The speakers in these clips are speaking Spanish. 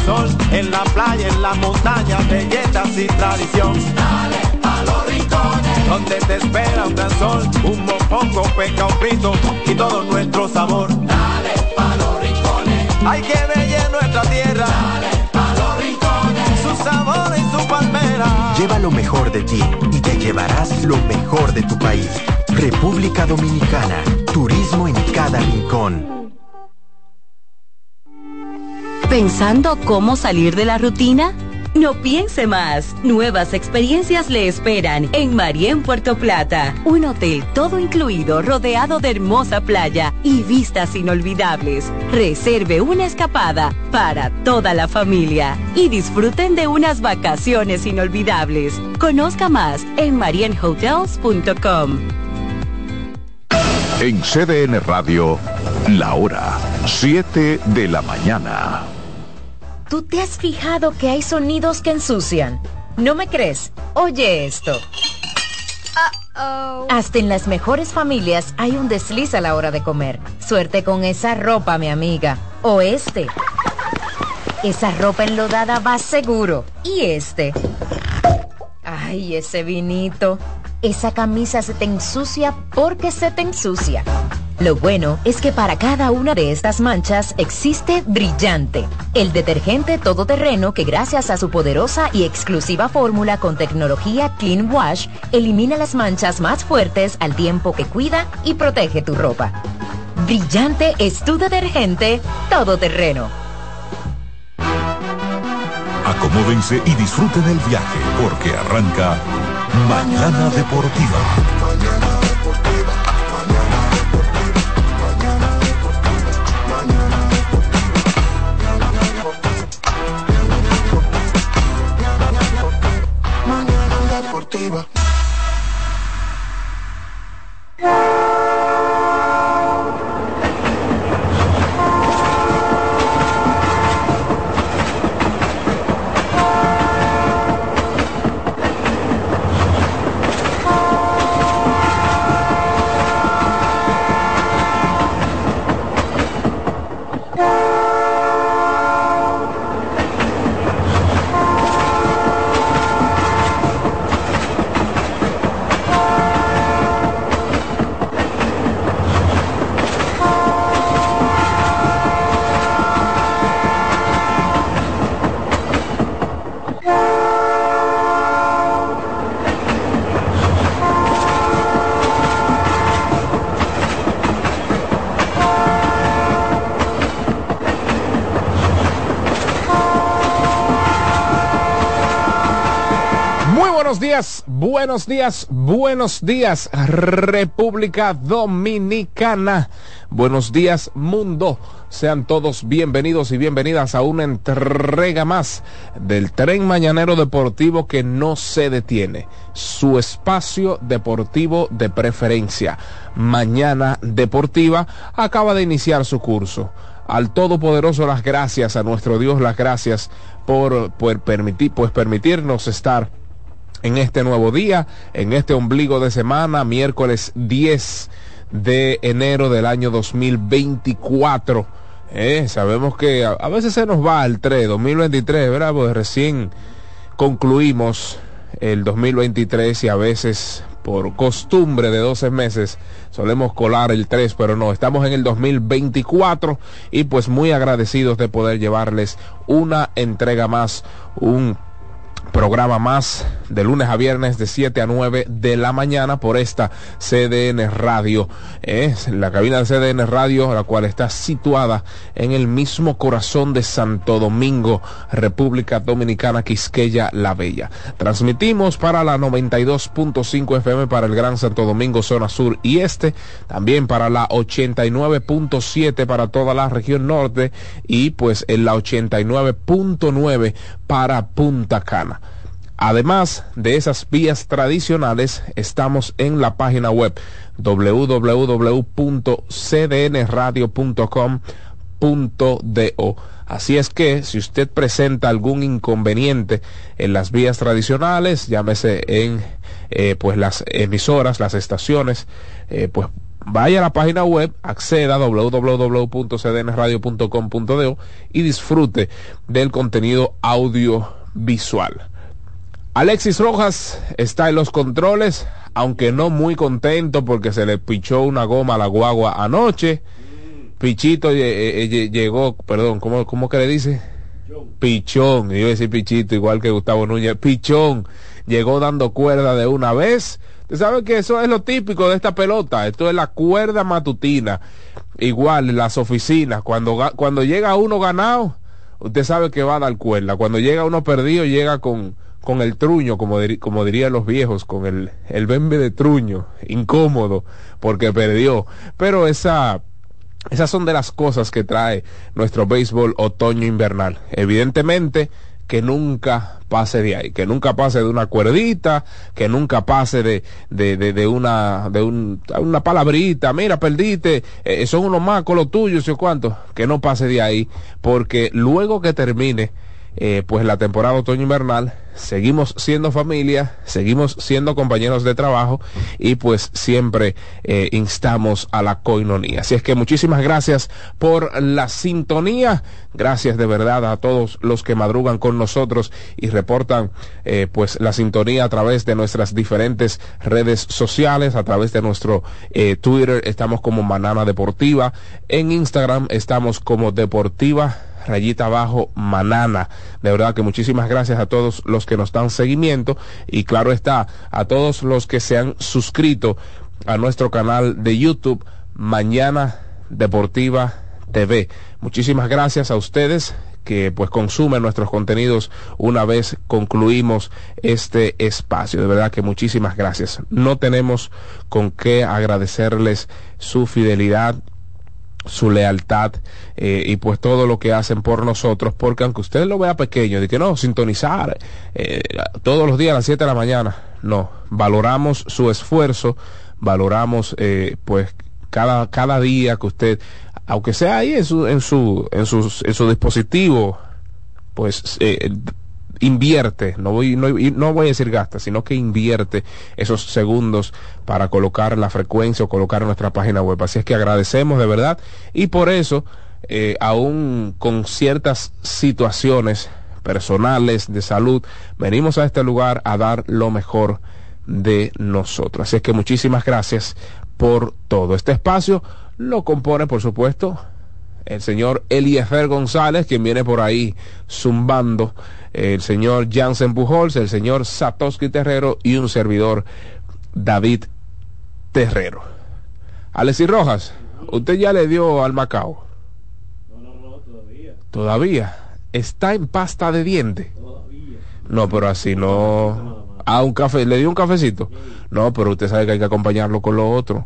sol, en la playa, en la montaña, belletas y tradición. Dale pa' los rincones, donde te espera un gran sol, un mopongo, peca, un frito y todo nuestro sabor. Dale pa' los rincones, hay que ver nuestra tierra. Dale pa' los rincones, su sabor y su palmera. Lleva lo mejor de ti y te llevarás lo mejor de tu país. República Dominicana, turismo en cada rincón. ¿Pensando cómo salir de la rutina? No piense más. Nuevas experiencias le esperan en Marién Puerto Plata. Un hotel todo incluido, rodeado de hermosa playa y vistas inolvidables. Reserve una escapada para toda la familia y disfruten de unas vacaciones inolvidables. Conozca más en marienhotels.com. En CDN Radio, la hora 7 de la mañana. ¿Tú te has fijado que hay sonidos que ensucian? ¿No me crees? Oye esto. Uh-oh. Hasta en las mejores familias hay un desliz a la hora de comer. Suerte con esa ropa, mi amiga. O este. Esa ropa enlodada va seguro. Y este. Ay, ese vinito. Esa camisa se te ensucia porque se te ensucia. Lo bueno es que para cada una de estas manchas existe Brillante, el detergente todoterreno que gracias a su poderosa y exclusiva fórmula con tecnología Clean Wash elimina las manchas más fuertes al tiempo que cuida y protege tu ropa. Brillante es tu detergente todoterreno. Acomódense y disfruten el viaje porque arranca Mañana Deportiva. Buenos días, República Dominicana. Buenos días, mundo. Sean todos bienvenidos y bienvenidas a una entrega más del Tren Mañanero Deportivo que no se detiene. Su espacio deportivo de preferencia. Mañana Deportiva acaba de iniciar su curso. Al Todopoderoso las gracias, a nuestro Dios las gracias por permitirnos estar en este nuevo día, en este ombligo de semana, miércoles 10 de enero del año 2024. Sabemos que a veces se nos va el 2023, ¿verdad? Pues recién concluimos el 2023 y a veces por costumbre de 12 meses solemos colar el 3, pero no, estamos en el 2024 y pues muy agradecidos de poder llevarles una entrega más, un programa más de lunes a viernes de 7 a 9 de la mañana por esta CDN Radio, la cabina de CDN Radio, la cual está situada en el mismo corazón de Santo Domingo, República Dominicana, Quisqueya La Bella. Transmitimos para la 92.5 FM para el Gran Santo Domingo, zona sur y este, también para la 89.7 para toda la región norte y pues en la 89.9 para Punta Cana. Además de esas vías tradicionales, estamos en la página web www.cdnradio.com.do. Así es que si usted presenta algún inconveniente en las vías tradicionales, llámese en pues las emisoras, las estaciones, pues vaya a la página web, acceda a www.cdnradio.com.do y disfrute del contenido audiovisual. Alexis Rojas está en los controles, aunque no muy contento porque se le pichó una goma a la guagua anoche. Pichito llegó, perdón, ¿cómo que le dice? Pichón, yo iba a decir Pichito igual que Gustavo Núñez. Pichón llegó dando cuerda de una vez. Usted sabe que eso es lo típico de esta pelota, esto es la cuerda matutina. Igual en las oficinas, cuando llega uno ganado, usted sabe que va a dar cuerda. Cuando llega uno perdido, llega con el truño, como dirían los viejos, con el bembe de truño, incómodo, porque perdió. Pero esas son de las cosas que trae nuestro béisbol otoño-invernal. Evidentemente, que nunca pase de ahí, que nunca pase de una cuerdita, que nunca pase de una palabrita, mira, perdiste, son unos macos los tuyos, y cuánto, que no pase de ahí, porque luego que termine pues la temporada otoño-invernal, seguimos siendo familia, seguimos siendo compañeros de trabajo y pues siempre instamos a la coinonía. Así es que muchísimas gracias por la sintonía, gracias de verdad a todos los que madrugan con nosotros y reportan pues la sintonía a través de nuestras diferentes redes sociales, a través de nuestro Twitter estamos como Manana Deportiva, en Instagram estamos como Deportiva_Manana. De verdad que muchísimas gracias a todos los que nos dan seguimiento y claro está, a todos los que se han suscrito a nuestro canal de YouTube Mañana Deportiva TV. Muchísimas gracias a ustedes que pues consumen nuestros contenidos una vez concluimos este espacio. De verdad que muchísimas gracias. No tenemos con qué agradecerles su fidelidad, su lealtad y pues todo lo que hacen por nosotros, porque aunque usted lo vea pequeño, de que no, sintonizar todos los días a las 7 de la mañana, no, valoramos su esfuerzo, valoramos pues cada día que usted, aunque sea ahí en su dispositivo, pues invierte, no voy a decir gasta, sino que invierte esos segundos para colocar la frecuencia o colocar nuestra página web. Así es que agradecemos de verdad y por eso, aún con ciertas situaciones personales de salud, venimos a este lugar a dar lo mejor de nosotros. Así es que muchísimas gracias por todo. Este espacio lo compone, por supuesto, el señor Eliezer González, quien viene por ahí zumbando, el señor Jansen Pujols, el señor Satoshi Terrero y un servidor, David Terrero. Alexis Rojas, ¿usted ya le dio al Macao? No, todavía. ¿Todavía? ¿Está en pasta de diente? Todavía. No, pero así no. ¿A un café? ¿Le dio un cafecito? No, pero usted sabe que hay que acompañarlo con lo otro.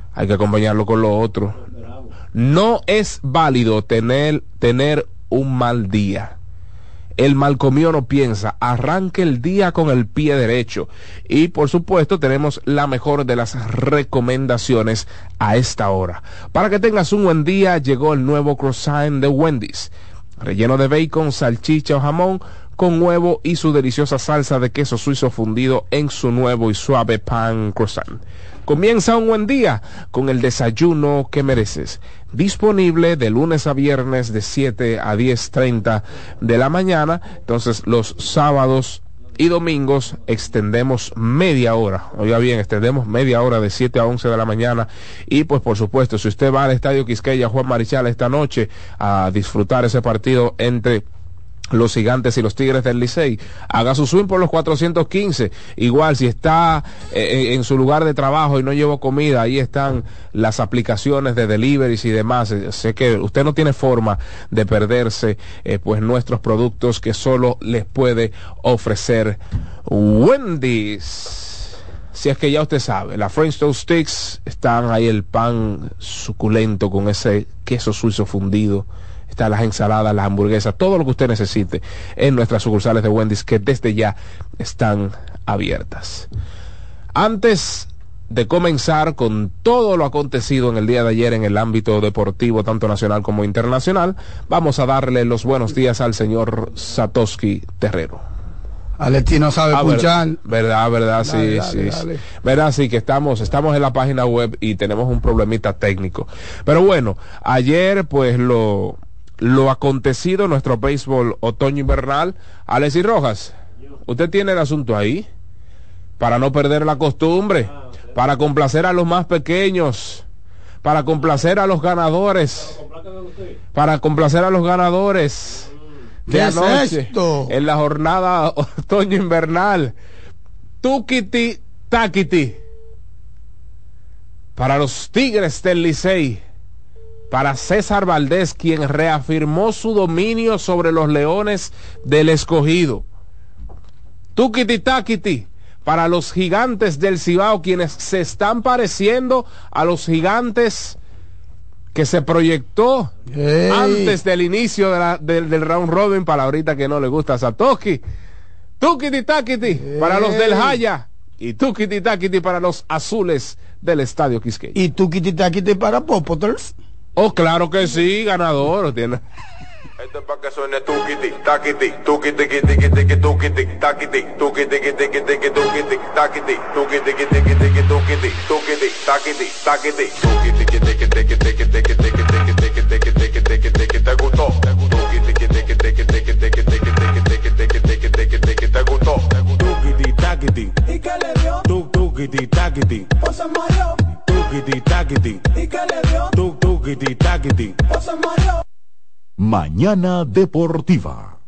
No es válido tener un mal día. El malcomido no piensa, arranque el día con el pie derecho. Y por supuesto tenemos la mejor de las recomendaciones a esta hora. Para que tengas un buen día, llegó el nuevo croissant de Wendy's, relleno de bacon, salchicha o jamón, con huevo y su deliciosa salsa de queso suizo fundido en su nuevo y suave pan croissant. Comienza un buen día con el desayuno que mereces. Disponible de lunes a viernes de 7 a 10:30 de la mañana. Entonces los sábados y domingos extendemos media hora. Oiga bien, extendemos media hora de 7 a 11 de la mañana. Y pues por supuesto, si usted va al Estadio Quisqueya Juan Marichal esta noche a disfrutar ese partido entre los Gigantes y los Tigres del Licey, haga su swing por los 415. Igual si está en su lugar de trabajo y no llevó comida, ahí están las aplicaciones de deliveries y demás. Sé que usted no tiene forma de perderse pues nuestros productos que solo les puede ofrecer Wendy's. Si es que ya usted sabe, la French Toast Sticks, están ahí el pan suculento con ese queso suizo fundido, están las ensaladas, las hamburguesas, todo lo que usted necesite en nuestras sucursales de Wendy's, que desde ya están abiertas. Antes de comenzar con todo lo acontecido en el día de ayer en el ámbito deportivo, tanto nacional como internacional, vamos a darle los buenos días al señor Satoshi Terrero. Alexi no sabe punchar. Verdad, sí. Verdad, sí, que estamos en la página web y tenemos un problemita técnico. Pero bueno, ayer pues lo acontecido en nuestro béisbol otoño invernal. Alexi Rojas, usted tiene el asunto ahí, para no perder la costumbre, para complacer a los más pequeños, para complacer a los ganadores, de anoche, en la jornada otoño invernal. Tukiti Takiti para los Tigres del Licey, para César Valdés, quien reafirmó su dominio sobre los Leones del Escogido. Tukiti Takiti para los Gigantes del Cibao, quienes se están pareciendo a los Gigantes que se proyectó antes del inicio del round robin, palabrita que no le gusta a Satoshi. Tukiti Takiti para los del Jaya y Tukiti Takiti para los Azules del Estadio Quisqueya. ¿Y Tukiti Takiti para Popoters? Oh, claro que sí, ganador. Tiene. Esto es para que suene tukiti, takiti, tukiti, tukiti, tukiti, tukiti, takiti, tukiti, tukiti, tukiti, tukiti, takiti, tukiti, tukiti, tukiti, tukiti, tukiti, takiti, takiti, tukiti, tukiti, tukiti, tukiti, tukiti, tukiti, te gustó, tukiti, tukiti, tukiti, tukiti, tukiti, tukiti, te gustó, tukiti, takiti, ¿y qué le dio? Tukiti, takiti, o se mareó, tukiti, takiti, ¿y qué le dio? Tukiti, takiti, o se mareó. Mañana Deportiva.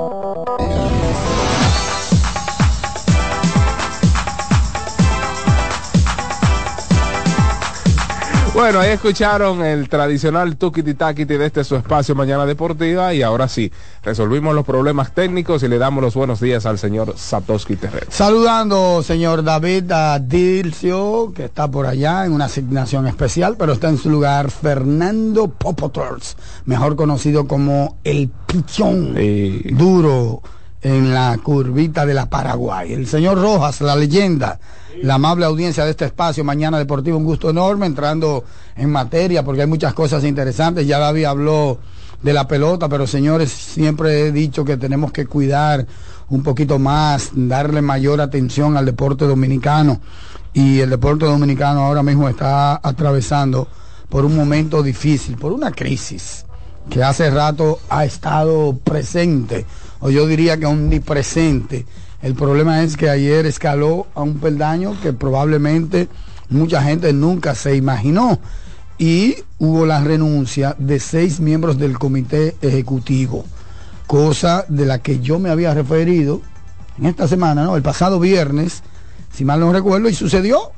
Bueno, ahí escucharon el tradicional tukiti takiti de su espacio Mañana Deportiva, y ahora sí, resolvimos los problemas técnicos y le damos los buenos días al señor Satoshi Terrero. Saludando, señor David Adilcio, que está por allá en una asignación especial, pero está en su lugar Fernando Popoters, mejor conocido como el Pichón, duro en la curvita de la Paraguay. El señor Rojas, la leyenda, la amable audiencia de este espacio Mañana Deportivo, un gusto enorme, entrando en materia porque hay muchas cosas interesantes. Ya David habló de la pelota, pero señores, siempre he dicho que tenemos que cuidar un poquito más, darle mayor atención al deporte dominicano, y el deporte dominicano ahora mismo está atravesando por un momento difícil, por una crisis que hace rato ha estado presente, o yo diría que omnipresente. El problema es que ayer escaló a un peldaño que probablemente mucha gente nunca se imaginó, y hubo la renuncia de 6 miembros del comité ejecutivo, cosa de la que yo me había referido en esta semana, ¿no? El pasado viernes, si mal no recuerdo, y sucedió.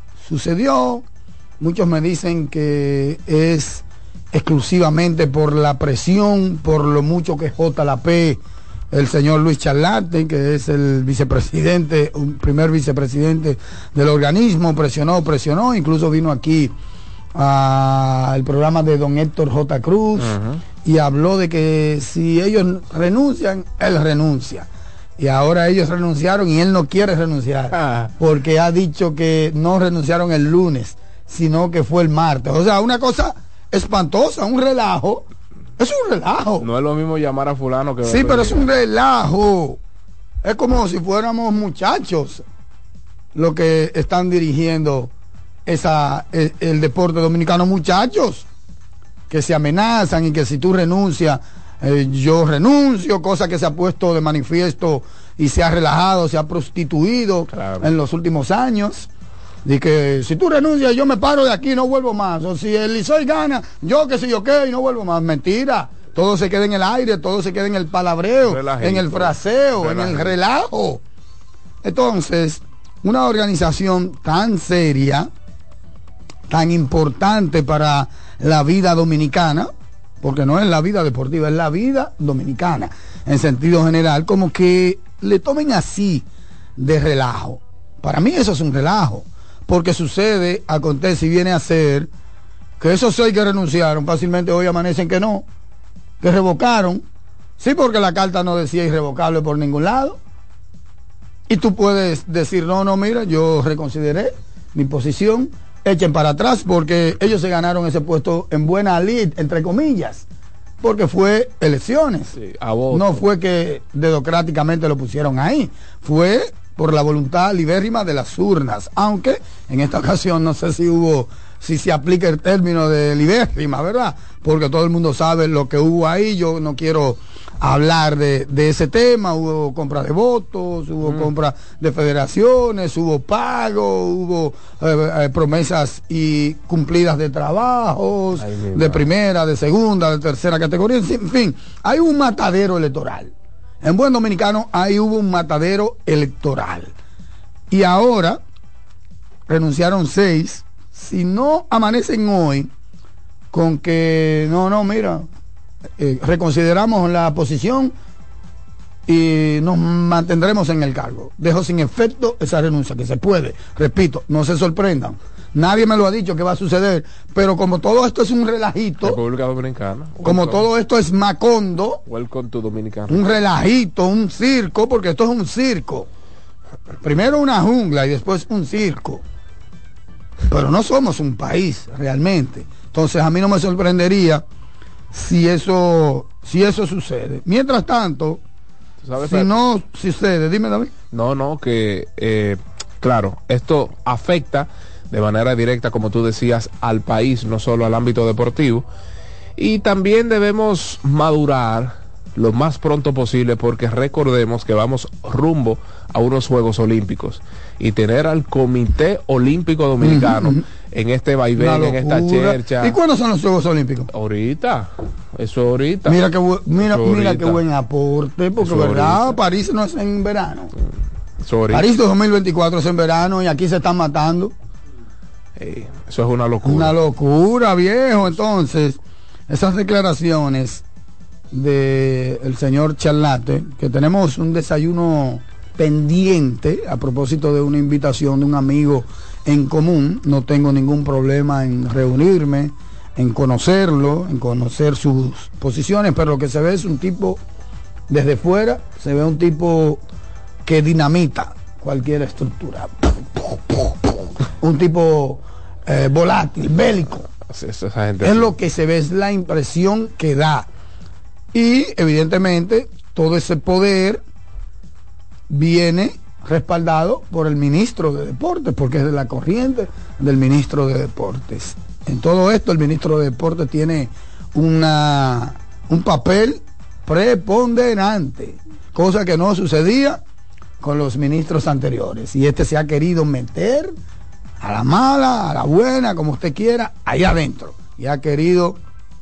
Muchos me dicen que es exclusivamente por la presión, por lo mucho que JLP, el señor Luis Charlate, que es el vicepresidente, un primer vicepresidente del organismo, presionó, incluso vino aquí al programa de don Héctor J. Cruz, y habló de que si ellos renuncian, él renuncia. Y ahora ellos renunciaron y él no quiere renunciar, porque ha dicho que no renunciaron el lunes, sino que fue el martes. O sea, una cosa espantosa, un relajo. Es un relajo. No es lo mismo llamar a fulano que... Sí, pero es un relajo. Es como si fuéramos muchachos los que están dirigiendo el deporte dominicano, muchachos que se amenazan y que si tú renuncias, yo renuncio, cosa que se ha puesto de manifiesto y se ha relajado, se ha prostituido en los últimos años. De que si tú renuncias, yo me paro de aquí y no vuelvo más. O si el Licey gana, yo que sé yo qué y no vuelvo más. Mentira. Todo se queda en el aire, todo se queda en el palabreo, en el fraseo, en el relajo. Entonces, una organización tan seria, tan importante para la vida dominicana, porque no es la vida deportiva, es la vida dominicana, en sentido general, como que le tomen así de relajo. Para mí eso es un relajo. Porque sucede, acontece y viene a ser que esos 6 que renunciaron fácilmente hoy amanecen que no, que revocaron. Sí, porque la carta no decía irrevocable por ningún lado. Y tú puedes decir, no, mira, yo reconsideré mi posición, echen para atrás, porque ellos se ganaron ese puesto en buena lid, entre comillas. porque fue elecciones. Sí, a voto. No fue que democráticamente lo pusieron ahí, fue por la voluntad libérrima de las urnas, aunque en esta ocasión no sé si se aplica el término de libérrima, ¿verdad? Porque todo el mundo sabe lo que hubo ahí. Yo no quiero hablar de ese tema. Hubo compra de votos, hubo compra de federaciones, hubo pago, hubo promesas y cumplidas de trabajos, de primera, de segunda, de tercera categoría, en fin, hay un matadero electoral. En buen dominicano, ahí hubo un matadero electoral. Y ahora renunciaron 6. Si no amanecen hoy con que mira, reconsideramos la posición y nos mantendremos en el cargo. Dejo sin efecto esa renuncia, que se puede. Repito, no se sorprendan. Nadie me lo ha dicho que va a suceder, pero como todo esto es un relajito, República Dominicana, como todo esto es Macondo, welcome to Dominicana, un relajito, un circo, porque esto es un circo. Primero una jungla y después un circo. Pero no somos un país realmente. Entonces a mí no me sorprendería si eso sucede. Mientras tanto, si no sucede, dime, David. No, que claro, esto afecta de manera directa, como tú decías, al país, no solo al ámbito deportivo. Y también debemos madurar lo más pronto posible, porque recordemos que vamos rumbo a unos Juegos Olímpicos y tener al Comité Olímpico Dominicano en este vaivén, en esta chercha. ¿Y cuándo son los Juegos Olímpicos? Ahorita, eso ahorita. Mira qué buen aporte, porque verdad, ahorita. París no es en verano. París 2024 es en verano y aquí se están matando. Eso es una locura. Una locura, viejo. Entonces, esas declaraciones del señor Charlate, que tenemos un desayuno pendiente a propósito de una invitación de un amigo en común. No tengo ningún problema en reunirme, en conocerlo, en conocer sus posiciones, pero lo que se ve es un tipo, desde fuera, se ve un tipo que dinamita cualquier estructura. Un tipo volátil, bélico. Es lo que se ve, es la impresión que da. Y evidentemente todo ese poder viene respaldado por el ministro de Deportes, porque es de la corriente del ministro de Deportes. En todo esto el ministro de Deportes tiene un papel preponderante, cosa que no sucedía con los ministros anteriores. Y este se ha querido meter a la mala, a la buena, como usted quiera, allá adentro. Y ha querido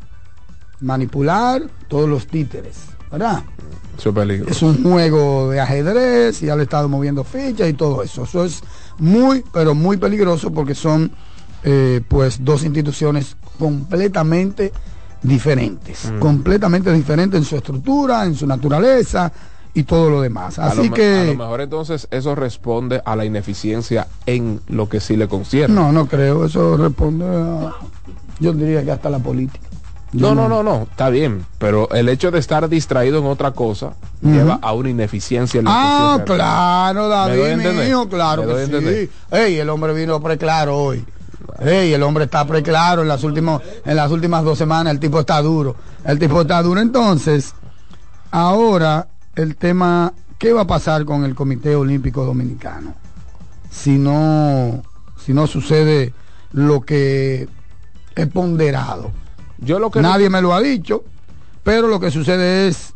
manipular todos los títeres, ¿verdad? Es un juego de ajedrez y ya le ha estado moviendo fichas y todo eso. Eso es muy, pero muy peligroso, porque son pues dos instituciones completamente diferentes. Completamente diferentes en su estructura, en su naturaleza y todo lo demás. Así que... A lo mejor entonces eso responde a la ineficiencia en lo que sí le concierne. No creo. Eso responde a... Yo diría que hasta la política. No, está bien, pero el hecho de estar distraído en otra cosa lleva a una ineficiencia en la claro, David, mío, claro que sí. El hombre vino preclaro hoy. El hombre está preclaro en las últimas 2 semanas. El tipo está duro. Entonces, ahora el tema, ¿qué va a pasar con el Comité Olímpico Dominicano? Si no sucede lo que he ponderado. Nadie me lo ha dicho, pero lo que sucede es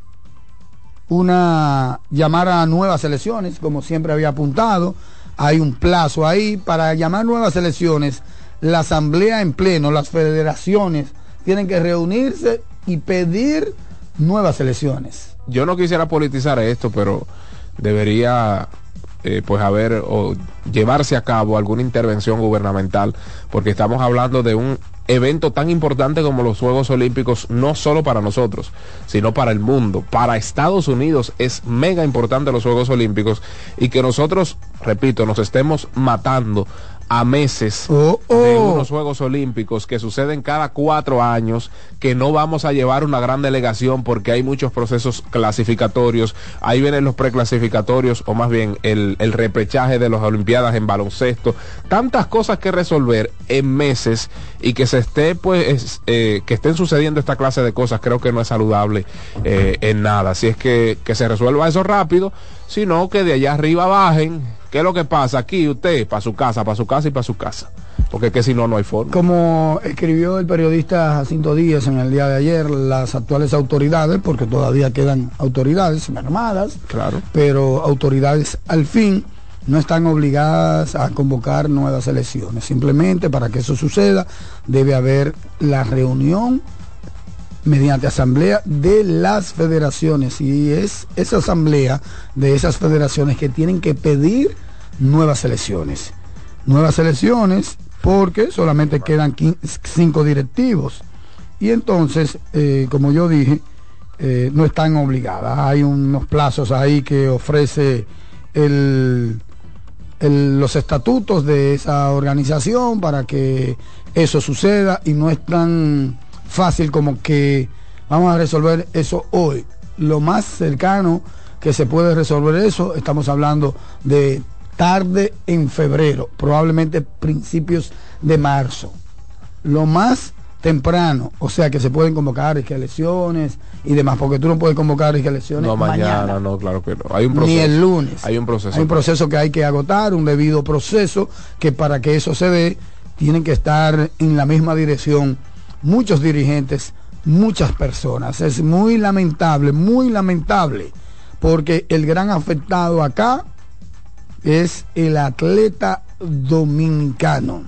llamar a nuevas elecciones, como siempre había apuntado. Hay un plazo ahí para llamar nuevas elecciones. La asamblea en pleno, las federaciones tienen que reunirse y pedir nuevas elecciones. Yo no quisiera politizar esto, pero debería pues haber o llevarse a cabo alguna intervención gubernamental, porque estamos hablando de un evento tan importante como los Juegos Olímpicos, no solo para nosotros, sino para el mundo. Para Estados Unidos es mega importante los Juegos Olímpicos, y que nosotros, repito, nos estemos matando a meses de unos Juegos Olímpicos que suceden cada 4 años, que no vamos a llevar una gran delegación porque hay muchos procesos clasificatorios, ahí vienen los preclasificatorios, o más bien el repechaje de las Olimpiadas en baloncesto, tantas cosas que resolver en meses, y que se esté que estén sucediendo esta clase de cosas, creo que no es saludable en nada. Así es que se resuelva eso rápido, sino que de allá arriba bajen. ¿Qué es lo que pasa aquí? Usted, para su casa y para su casa. Porque es que si no, no hay forma. Como escribió el periodista Jacinto Díaz en el día de ayer, las actuales autoridades, porque todavía quedan autoridades mermadas, claro, pero autoridades al fin no están obligadas a convocar nuevas elecciones. Simplemente para que eso suceda, debe haber la reunión mediante asamblea de las federaciones, y es esa asamblea de esas federaciones que tienen que pedir nuevas elecciones porque solamente quedan 5 directivos, y entonces como yo dije, no están obligadas. Hay unos plazos ahí que ofrece los estatutos de esa organización para que eso suceda, y no es tan fácil como que vamos a resolver eso hoy. Lo más cercano que se puede resolver eso, estamos hablando de tarde en febrero, probablemente principios de marzo, lo más temprano, o sea que se pueden convocar elecciones y demás, porque tú no puedes convocar elecciones no mañana, no, claro que no. Hay un proceso, ni el lunes, hay un proceso que hay que agotar, un debido proceso, que para que eso se dé tienen que estar en la misma dirección muchos dirigentes, muchas personas. Es muy lamentable, porque el gran afectado acá es el atleta dominicano,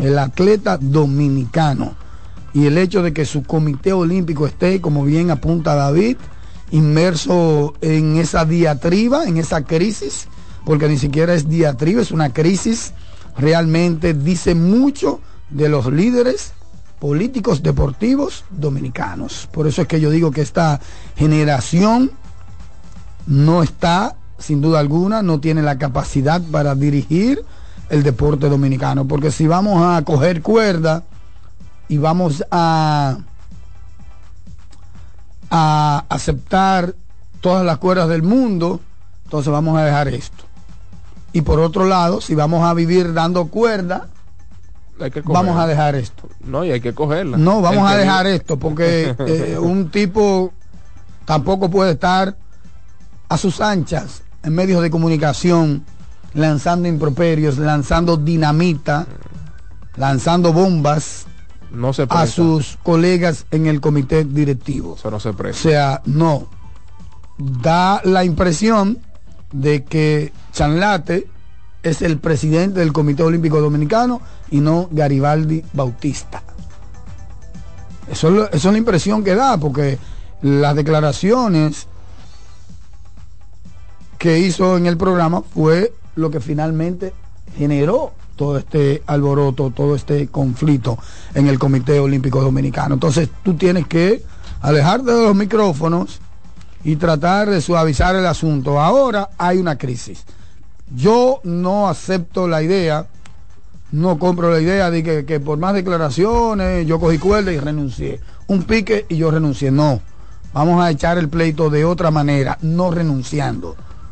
y el hecho de que su comité olímpico esté, como bien apunta David, inmerso en esa diatriba, en esa crisis, porque ni siquiera es diatriba, es una crisis, realmente dice mucho de los líderes políticos deportivos dominicanos. Por eso es que yo digo que esta generación no está, sin duda alguna, no tiene la capacidad para dirigir el deporte dominicano, porque si vamos a coger cuerda y vamos a aceptar todas las cuerdas del mundo, entonces vamos a dejar esto. Y por otro lado, si vamos a vivir dando cuerda, vamos a dejar esto. No, y hay que cogerla. No, vamos a dejar esto, porque un tipo tampoco puede estar a sus anchas en medios de comunicación lanzando improperios, lanzando dinamita, lanzando bombas no se a sus colegas en el comité directivo. Eso no se presta. O sea, no. Da la impresión de que Chanlate es el presidente del Comité Olímpico Dominicano y no Garibaldi Bautista. Eso es la impresión que da, porque las declaraciones que hizo en el programa fue lo que finalmente generó todo este alboroto, todo este conflicto en el Comité Olímpico Dominicano. Entonces tú tienes que alejarte de los micrófonos y tratar de suavizar el asunto. Ahora hay una crisis. Yo no acepto la idea, no compro la idea de que por más declaraciones yo cogí cuerda y renuncié. Un pique y yo renuncié. No, vamos a echar el pleito de otra manera, no renunciando.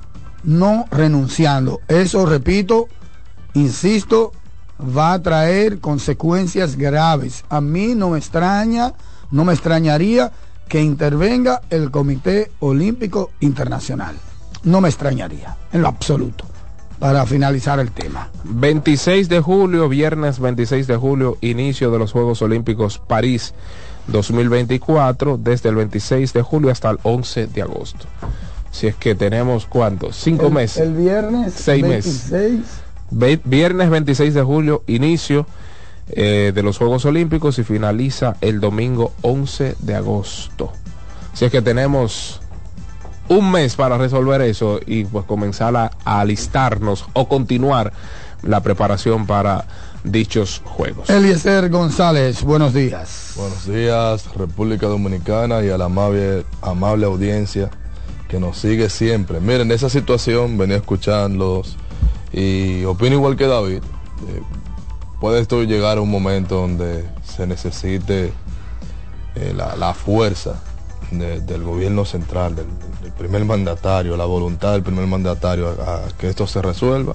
Eso, repito, insisto, va a traer consecuencias graves. A mí no me extrañaría que intervenga el Comité Olímpico Internacional. No me extrañaría, en lo absoluto. Para finalizar el tema. 26 de julio, viernes 26 de julio, inicio de los Juegos Olímpicos París 2024, desde el 26 de julio hasta el 11 de agosto. Si es que tenemos, ¿cuántos? 5 meses. El viernes 6 meses. Viernes 26 de julio, inicio de los Juegos Olímpicos, y finaliza el domingo 11 de agosto. Si es que tenemos un mes para resolver eso y pues comenzar a alistarnos o continuar la preparación para dichos juegos. Eliezer González, buenos días. Buenos días, República Dominicana, y a la amable audiencia que nos sigue siempre. Miren, en esa situación venía escuchándolos y opino igual que David. puede esto llegar a un momento donde se necesite la fuerza del gobierno central, del primer mandatario, la voluntad del primer mandatario a que esto se resuelva.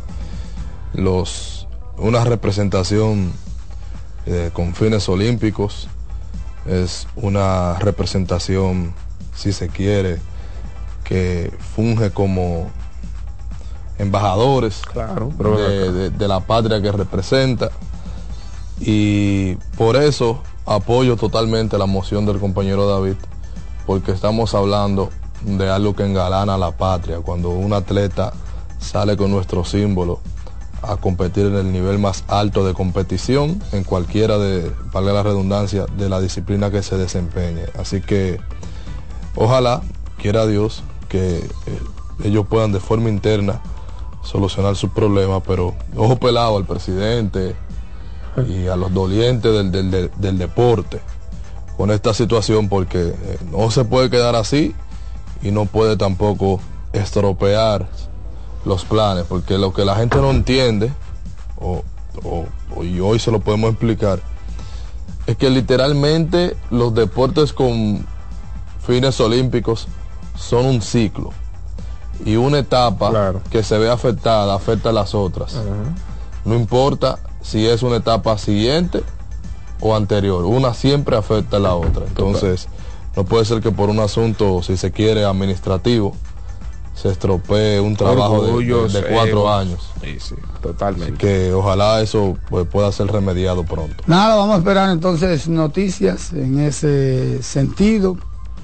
Una representación con fines olímpicos es una representación, si se quiere, que funge como embajadores, claro, de la patria que representa, y por eso apoyo totalmente la moción del compañero David, porque estamos hablando de algo que engalana a la patria. Cuando un atleta sale con nuestro símbolo a competir en el nivel más alto de competición, en cualquiera valga la redundancia, de la disciplina que se desempeñe. Así que ojalá, quiera Dios, que ellos puedan de forma interna solucionar sus problemas, pero ojo pelado al presidente y a los dolientes del deporte con esta situación, porque no se puede quedar así y no puede tampoco estropear los planes, porque lo que la gente no entiende, y hoy se lo podemos explicar, es que literalmente los deportes con fines olímpicos son un ciclo, y una etapa que se ve afectada afecta a las otras. No importa si es una etapa siguiente o anterior, una siempre afecta a la otra. Entonces no puede ser que por un asunto, si se quiere, administrativo, se estropee un trabajo de 4 años. Sí, totalmente. Así que ojalá eso pues, pueda ser remediado pronto. Nada, vamos a esperar entonces noticias en ese sentido.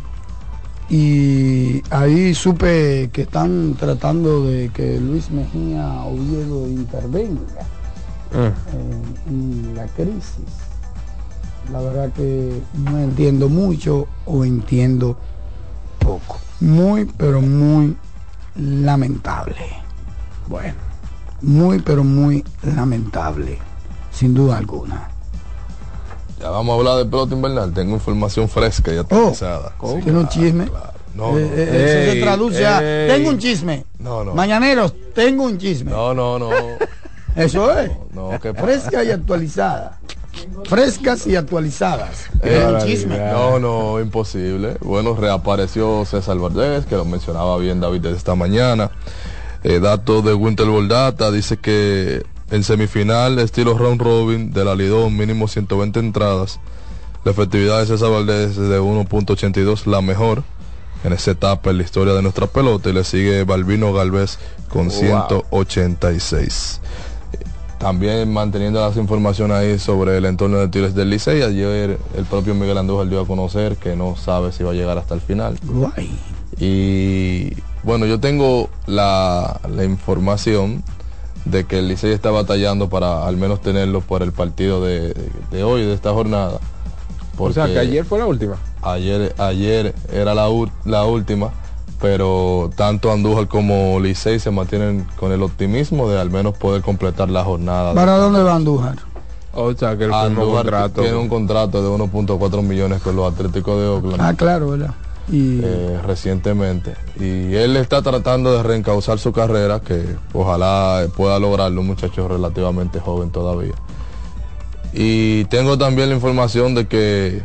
Y ahí supe que están tratando de que Luis Mejía Oviedo intervenga en la crisis. La verdad que no entiendo mucho o entiendo poco. Muy, pero muy lamentable. Bueno, muy, pero muy lamentable, sin duda alguna. Ya vamos a hablar de pelota invernal. Tengo información fresca y actualizada. ¿Tiene un chisme? Claro. No. Eso se traduce a tengo un chisme. No. Mañaneros, tengo un chisme. No. Eso es. No, ¿qué pasa? Fresca y actualizada. Frescas y actualizadas. Un chisme. No, imposible. Bueno, reapareció César Valdés, que lo mencionaba bien David desde esta mañana. Datos de Winter Ball Data, dice que en semifinal estilo round robin de la Lidón, mínimo 120 entradas. La efectividad de César Valdés es de 1.82, la mejor en esa etapa en la historia de nuestra pelota, y le sigue Balbino Galvez con 186. También manteniendo las informaciones ahí sobre el entorno de Tigres del Licey, ayer el propio Miguel Andújar dio a conocer que no sabe si va a llegar hasta el final. Guay. Y bueno, yo tengo la información de que el Licey está batallando para al menos tenerlo por el partido de hoy, de esta jornada. O sea, que ayer fue la última. Ayer era la última, pero tanto Andújar como Licey se mantienen con el optimismo de al menos poder completar la jornada. ¿Para dónde va Andújar? O sea, que Andújar tiene un contrato de 1.4 millones con los Atléticos de Oakland. Ah, claro, ¿verdad? Y recientemente, y él está tratando de reencauzar su carrera, que ojalá pueda lograrlo, un muchacho relativamente joven todavía. Y tengo también la información de que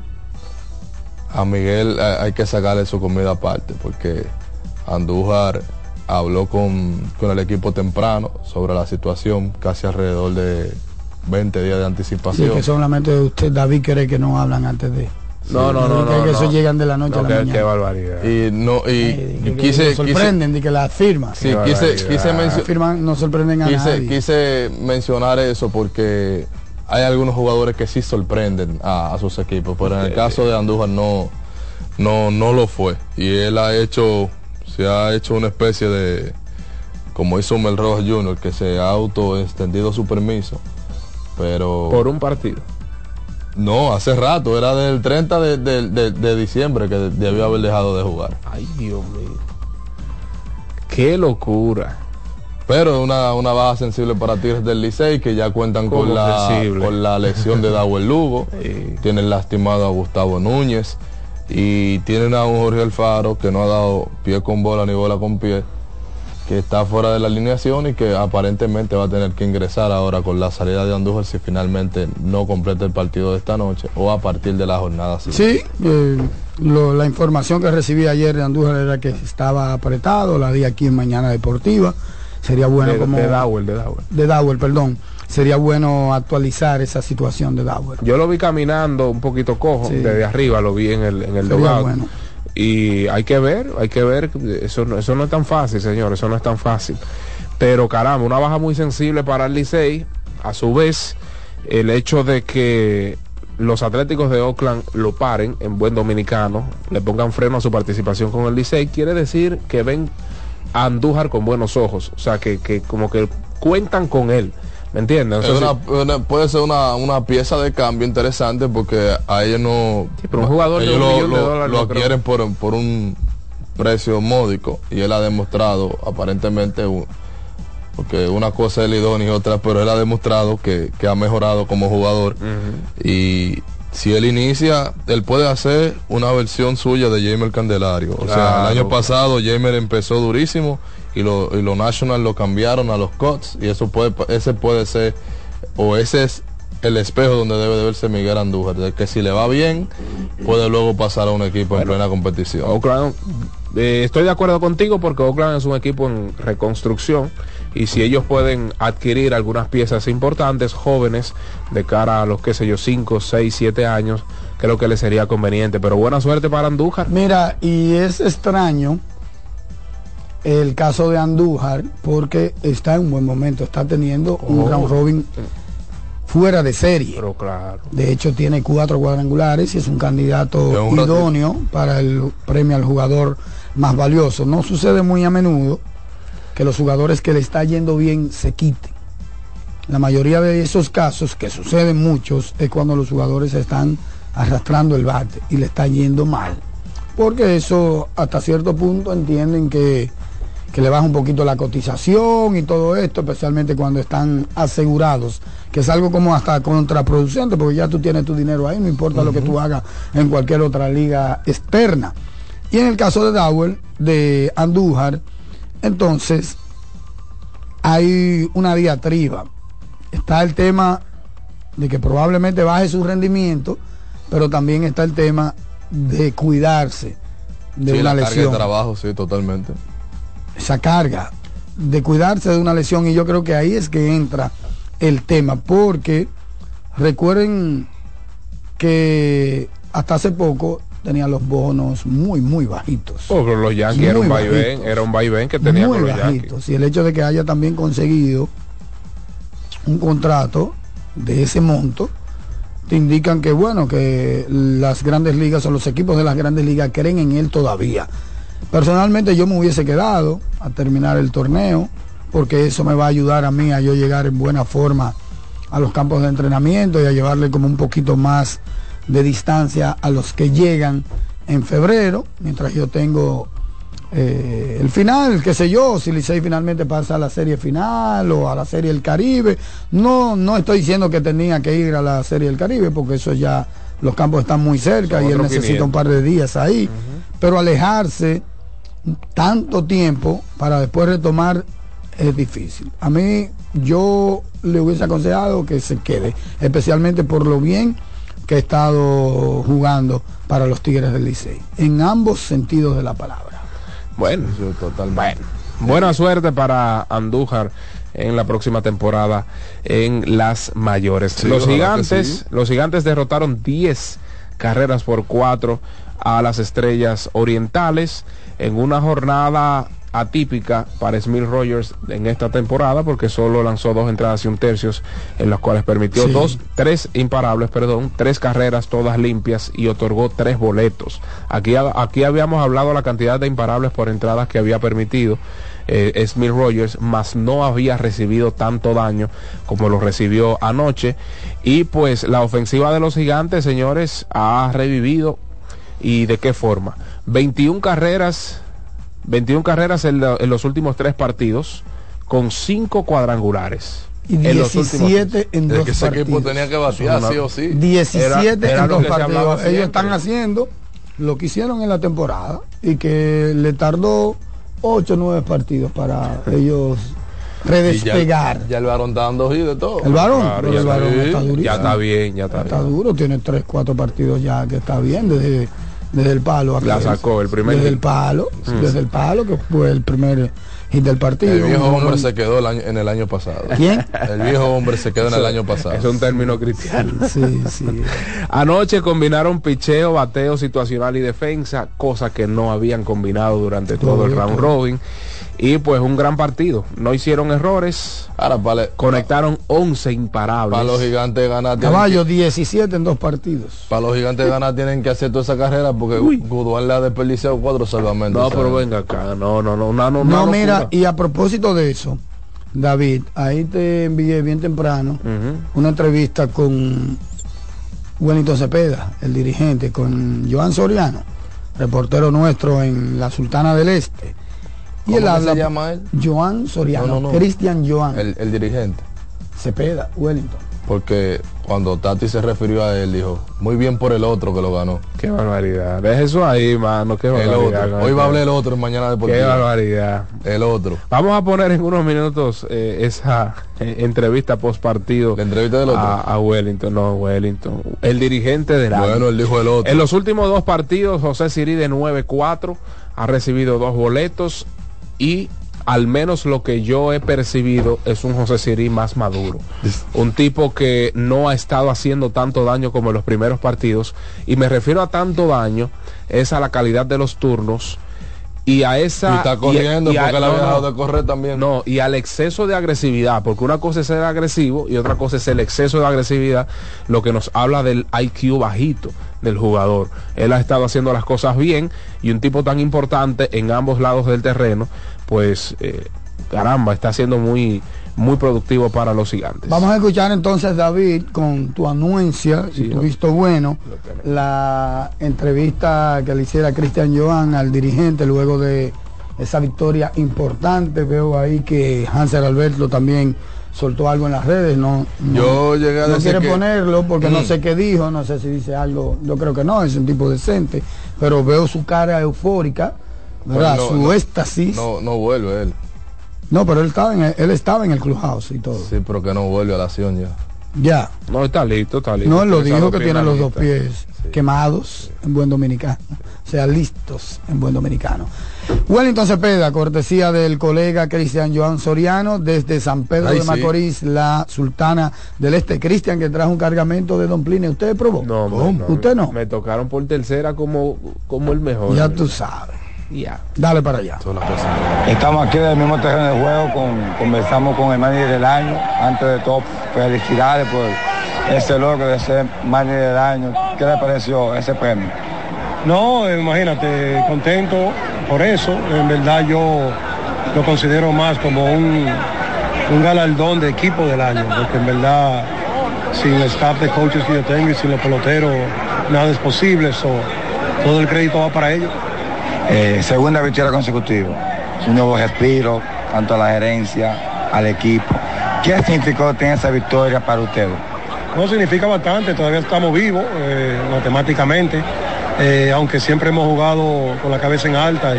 a Miguel hay que sacarle su comida aparte, porque Andújar habló con el equipo temprano sobre la situación, casi alrededor de 20 días de anticipación. Sí, que solamente usted, David, cree que no hablan antes de... No. Que eso llegan de la noche a la mañana. Qué barbaridad. Y quise sorprenden de que las firmas. Sí, quise mencionar. No sorprenden a nadie. Quise mencionar eso porque hay algunos jugadores que sí sorprenden a sus equipos, pero en el caso de Andújar no lo fue. Y él se ha hecho una especie de, como hizo Mel Rojas Jr., que se ha autoextendido su permiso, pero por un partido. No, hace rato, era del 30 de diciembre que debió haber dejado de jugar. Ay, Dios mío. Qué locura. Pero es una baja sensible para Tigres del Licey, que ya cuentan con la lesión de Dawel Lugo. Sí. Tienen lastimado a Gustavo Núñez. Y tienen a un Jorge Alfaro que no ha dado pie con bola ni bola con pie, que está fuera de la alineación y que aparentemente va a tener que ingresar ahora con la salida de Andújar si finalmente no completa el partido de esta noche o a partir de la jornada siguiente. Sí, la información que recibí ayer de Andújar era que estaba apretado, la di aquí en Mañana Deportiva. Sería bueno de Dowell, perdón. Sería bueno actualizar esa situación de Dowell. Yo lo vi caminando un poquito cojo, sí. Desde arriba lo vi en el dugout. Bueno. Y hay que ver, eso no es tan fácil, señor, eso no es tan fácil. Pero caramba, una baja muy sensible para el Licey. A su vez, el hecho de que los Atléticos de Oakland lo paren en buen dominicano, le pongan freno a su participación con el Licey, quiere decir que ven a Andújar con buenos ojos. O sea, que como que cuentan con él. ¿Me entiendes? Puede ser una pieza de cambio interesante porque a ellos no... Sí, pero un jugador ellos de $1 millón lo adquieren por un precio módico y él ha demostrado aparentemente, porque una cosa es Lidón y otra, pero él ha demostrado que ha mejorado como jugador. Y si él inicia, él puede hacer una versión suya de Jamer Candelario. O sea, el año pasado Jamer empezó durísimo y los Nationals lo cambiaron a los Cubs y ese puede ser, o ese es el espejo donde debe de verse Miguel Andújar, de que si le va bien puede luego pasar a un equipo en plena competición. Oakland, estoy de acuerdo contigo porque Oakland es un equipo en reconstrucción y si ellos pueden adquirir algunas piezas importantes jóvenes de cara a los 5, 6, 7 años, creo que les sería conveniente, pero buena suerte para Andújar. Mira, y es extraño el caso de Andújar porque está en un buen momento, está teniendo un round robin fuera de serie. Pero claro. De hecho tiene 4 cuadrangulares y es un candidato idóneo para el premio al jugador más valioso. No sucede muy a menudo que los jugadores que le está yendo bien se quiten. La mayoría de esos casos, que suceden muchos, es cuando los jugadores están arrastrando el bate y le está yendo mal. Porque eso hasta cierto punto entienden que le baja un poquito la cotización y todo esto, especialmente cuando están asegurados, que es algo como hasta contraproducente, porque ya tú tienes tu dinero ahí, no importa lo que tú hagas en cualquier otra liga externa. Y en el caso de Dowell, de Andújar, entonces hay una diatriba. Está el tema de que probablemente baje su rendimiento, pero también está el tema de cuidarse de una lesión. Carga de trabajo, sí, totalmente. Esa carga de cuidarse de una lesión, y yo creo que ahí es que entra el tema, porque recuerden que hasta hace poco tenían los bonos muy bajitos. Pero los Yankees era un vaivén que tenía con los Yankees. Y el hecho de que haya también conseguido un contrato de ese monto te indican que bueno, que las grandes ligas o los equipos de las grandes ligas creen en él todavía. Personalmente yo me hubiese quedado a terminar el torneo porque eso me va a ayudar a mí a yo llegar en buena forma a los campos de entrenamiento y a llevarle como un poquito más de distancia a los que llegan en febrero, mientras yo tengo el final, qué sé yo, si Licey finalmente pasa a la serie final o a la serie del Caribe. No estoy diciendo que tenía que ir a la serie del Caribe porque eso ya, los campos están muy cerca y él necesita un par de días ahí, pero alejarse tanto tiempo para después retomar es difícil. A mí yo le hubiese aconsejado que se quede, especialmente por lo bien que he estado jugando para los Tigres del Licey, en ambos sentidos de la palabra. Bueno, buena suerte para Andújar en la próxima temporada en las mayores. Sí, los gigantes derrotaron 10 carreras por 4 a las Estrellas Orientales en una jornada atípica para Smith Rogers en esta temporada porque solo lanzó 2 entradas y 1 tercio en las cuales permitió 3 carreras todas limpias y otorgó 3 boletos. Aquí habíamos hablado la cantidad de imparables por entradas que había permitido Smith Rogers, mas no había recibido tanto daño como lo recibió anoche. Y pues la ofensiva de los Gigantes, señores, ha revivido. ¿Y de qué forma? 21 carreras en los últimos 3 partidos, con 5 cuadrangulares. Y 17 en 2 partidos. Ese equipo tenía que batear, sí o sí. 17 en 2 partidos. Ellos están haciendo lo que hicieron en la temporada y que le tardó 8 o 9 partidos para ellos redespegar. Ya el varón está dando hit de todo. El varón, Claro, el varón está durísimo. Ya está bien, ya está bien. Duro, tiene 3, 4 partidos ya que está bien desde el palo. La sacó el primer desde hit. el palo, desde el palo que fue el primer hit del partido. El viejo hombre se quedó en el año pasado. ¿Quién? El viejo hombre se quedó en el año pasado. Es un término cristiano. Sí. Anoche combinaron picheo, bateo situacional y defensa, cosa que no habían combinado durante todo el round robin. Y pues un gran partido. No hicieron errores. Ahora, conectaron 11 imparables. Para los gigantes ganar. Caballo, 17 en 2 partidos. Para los gigantes ganar tienen que hacer toda esa carrera porque Goodwin le ha desperdiciado 4 salvamentos. No, pero venga acá. No, mira, y a propósito de eso, David, ahí te envié bien temprano una entrevista con Wellington Cepeda, el dirigente, con Joan Soriano, reportero nuestro en la Sultana del Este. Y él habla, se llama él? Joan Soriano, No. Cristian Joan. El dirigente. Cepeda, Wellington. Porque cuando Tati se refirió a él, dijo, muy bien por el otro que lo ganó. Qué barbaridad. Deja eso ahí, mano. Qué El barbaridad. otro. Hoy va a hablar el otro en Mañana Deportiva. Qué barbaridad. El otro. Vamos a poner en unos minutos esa entrevista post partido. La entrevista del otro. A Wellington. No, Wellington. El dirigente del año. Bueno, él dijo el otro. En los últimos 2 partidos, José Sirí de 9-4 ha recibido 2 boletos y al menos lo que yo he percibido es un José Sirí más maduro, un tipo que no ha estado haciendo tanto daño como en los primeros partidos, y me refiero a tanto daño es a la calidad de los turnos y a esa... Y está corriendo porque él ha dejado de correr también. No, y al exceso de agresividad, porque una cosa es ser agresivo y otra cosa es el exceso de agresividad, lo que nos habla del IQ bajito del jugador. Él ha estado haciendo las cosas bien, y un tipo tan importante en ambos lados del terreno, pues caramba, está siendo muy productivo para los gigantes. Vamos a escuchar entonces, David, con tu anuencia, si tu visto bueno, la entrevista que le hiciera Cristian Joan al dirigente luego de esa victoria importante. Veo ahí que Hansel Alberto también soltó algo en las redes. Yo llegué a no decir quiere que... ponerlo porque no sé qué dijo, no sé si dice algo, yo creo que no, es un tipo decente, pero veo su cara eufórica, ¿verdad? Bueno, su éxtasis. No vuelve él. No, pero él estaba en el clubhouse y todo. Sí, pero que no vuelve a la acción ya. Ya. No, está listo. No, él lo dijo que tiene los 2 pies quemados en buen dominicano. O sea, listos en buen dominicano. Wellington Cepeda, cortesía del colega Cristian Joan Soriano, desde San Pedro de Macorís, la Sultana del Este. Cristian, que trajo un cargamento de Don Pline. ¿Usted probó? No, ¿Usted no? Me tocaron por tercera como el mejor. Ya tú sabes. Ya. Dale para allá. Estamos aquí en el mismo terreno de juego, conversamos con el manager del año. Antes de todo, felicidades por ese logro de ser manager del año. ¿Qué le pareció ese premio? No, imagínate, contento por eso. En verdad yo lo considero más como un galardón de equipo del año, porque en verdad sin el staff de coaches que yo tengo y sin los peloteros nada es posible. Todo el crédito va para ellos. Segunda victoria consecutiva, un nuevo respiro, tanto a la gerencia, al equipo. ¿Qué significó tener esa victoria para ustedes? No, significa bastante, todavía estamos vivos matemáticamente, aunque siempre hemos jugado con la cabeza en alta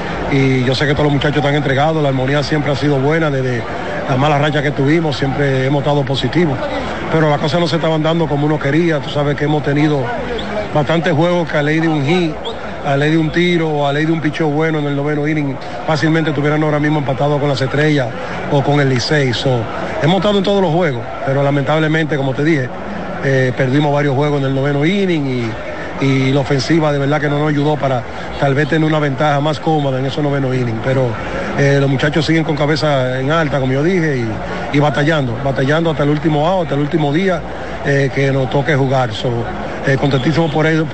y yo sé que todos los muchachos están entregados, la armonía siempre ha sido buena, desde la mala racha que tuvimos siempre hemos estado positivos, pero las cosas no se estaban dando como uno quería. Tú sabes que hemos tenido bastantes juegos que a ley de un hit, a ley de un tiro o a ley de un picheo bueno en el 9º inning, fácilmente estuvieran ahora mismo empatados con las Estrellas o con el Licey. Hemos estado en todos los juegos, pero lamentablemente, como te dije, perdimos varios juegos en el 9º inning y la ofensiva de verdad que no nos ayudó para tal vez tener una ventaja más cómoda en esos 9º inning, pero los muchachos siguen con cabeza en alta, como yo dije, y batallando hasta el último out, hasta el último día que nos toque jugar. Contentísimo por ello.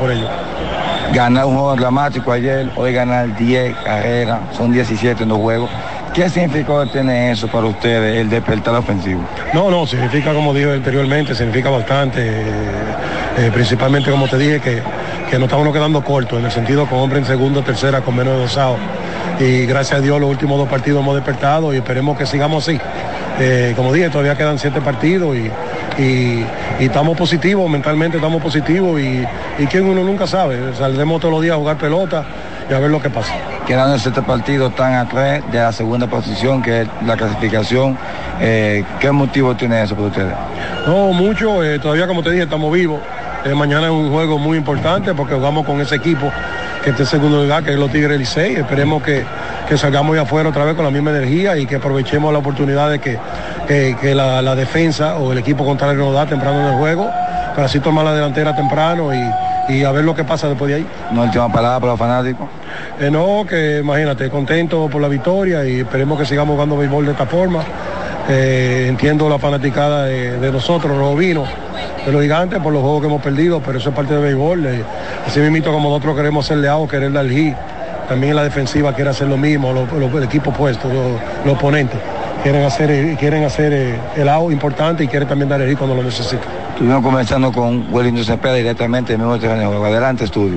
Ganar un juego dramático ayer, hoy ganar 10 carreras, son 17 en 2 juegos. ¿Qué significó tener eso para ustedes, el despertar ofensivo? No, significa, como dije anteriormente, significa bastante, principalmente como te dije, que nos estamos quedando cortos, en el sentido con hombre en segunda, tercera, con menos de 2 outs. Y gracias a Dios los últimos 2 partidos hemos despertado y esperemos que sigamos así. Como dije, todavía quedan 7 partidos y estamos positivos, mentalmente estamos positivos y quien uno nunca sabe. Saldremos todos los días a jugar pelota y a ver lo que pasa. quedándose este partido tan atrás de la segunda posición, que es la clasificación. ¿Qué motivo tiene eso para ustedes? No, mucho. Todavía, como te dije, estamos vivos. Mañana es un juego muy importante porque jugamos con ese equipo que está en segundo lugar, que es los Tigres Licey. Esperemos que salgamos de afuera otra vez con la misma energía y que aprovechemos la oportunidad de que la defensa o el equipo contrario nos da temprano en el juego, para así tomar la delantera temprano y a ver lo que pasa después de ahí. ¿Una última palabra para los fanáticos? No, que imagínate, contento por la victoria y esperemos que sigamos jugando béisbol de esta forma. Entiendo la fanaticada de nosotros, los bovinos, de los gigantes, por los juegos que hemos perdido, pero eso es parte del béisbol. Así mismo como nosotros queremos ser leados, querer dar el hit, también en la defensiva quiere hacer lo mismo, el equipo opuesto, los oponentes. Quieren hacer el out importante y quieren también dar el hit cuando lo necesitan. Estuvimos conversando con Wellington Cepeda directamente del mismo terreno de juego. Adelante, estudio.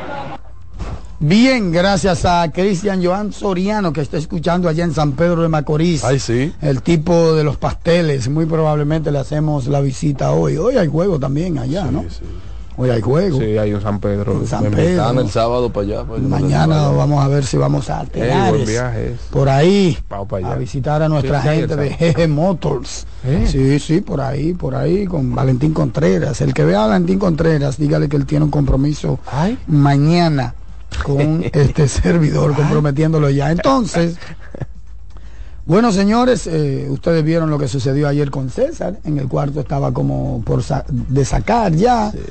Bien, gracias a Cristian Joan Soriano, que está escuchando allá en San Pedro de Macorís. Ay, sí. El tipo de los pasteles, muy probablemente le hacemos la visita hoy. Hoy hay juego también allá, sí, ¿no? Sí. Hoy hay juego. Sí, hay un San Pedro. En San Pedro. El sábado para allá. Mañana vamos a ver si vamos a Tenares, por ahí, a visitar a nuestra gente de GG Motors. Sí, por ahí, con Valentín Contreras. El que vea a Valentín Contreras, dígale que él tiene un compromiso mañana con este servidor, comprometiéndolo ya. Entonces, bueno, señores, ustedes vieron lo que sucedió ayer con César. En el cuarto estaba como de sacar ya. Sí.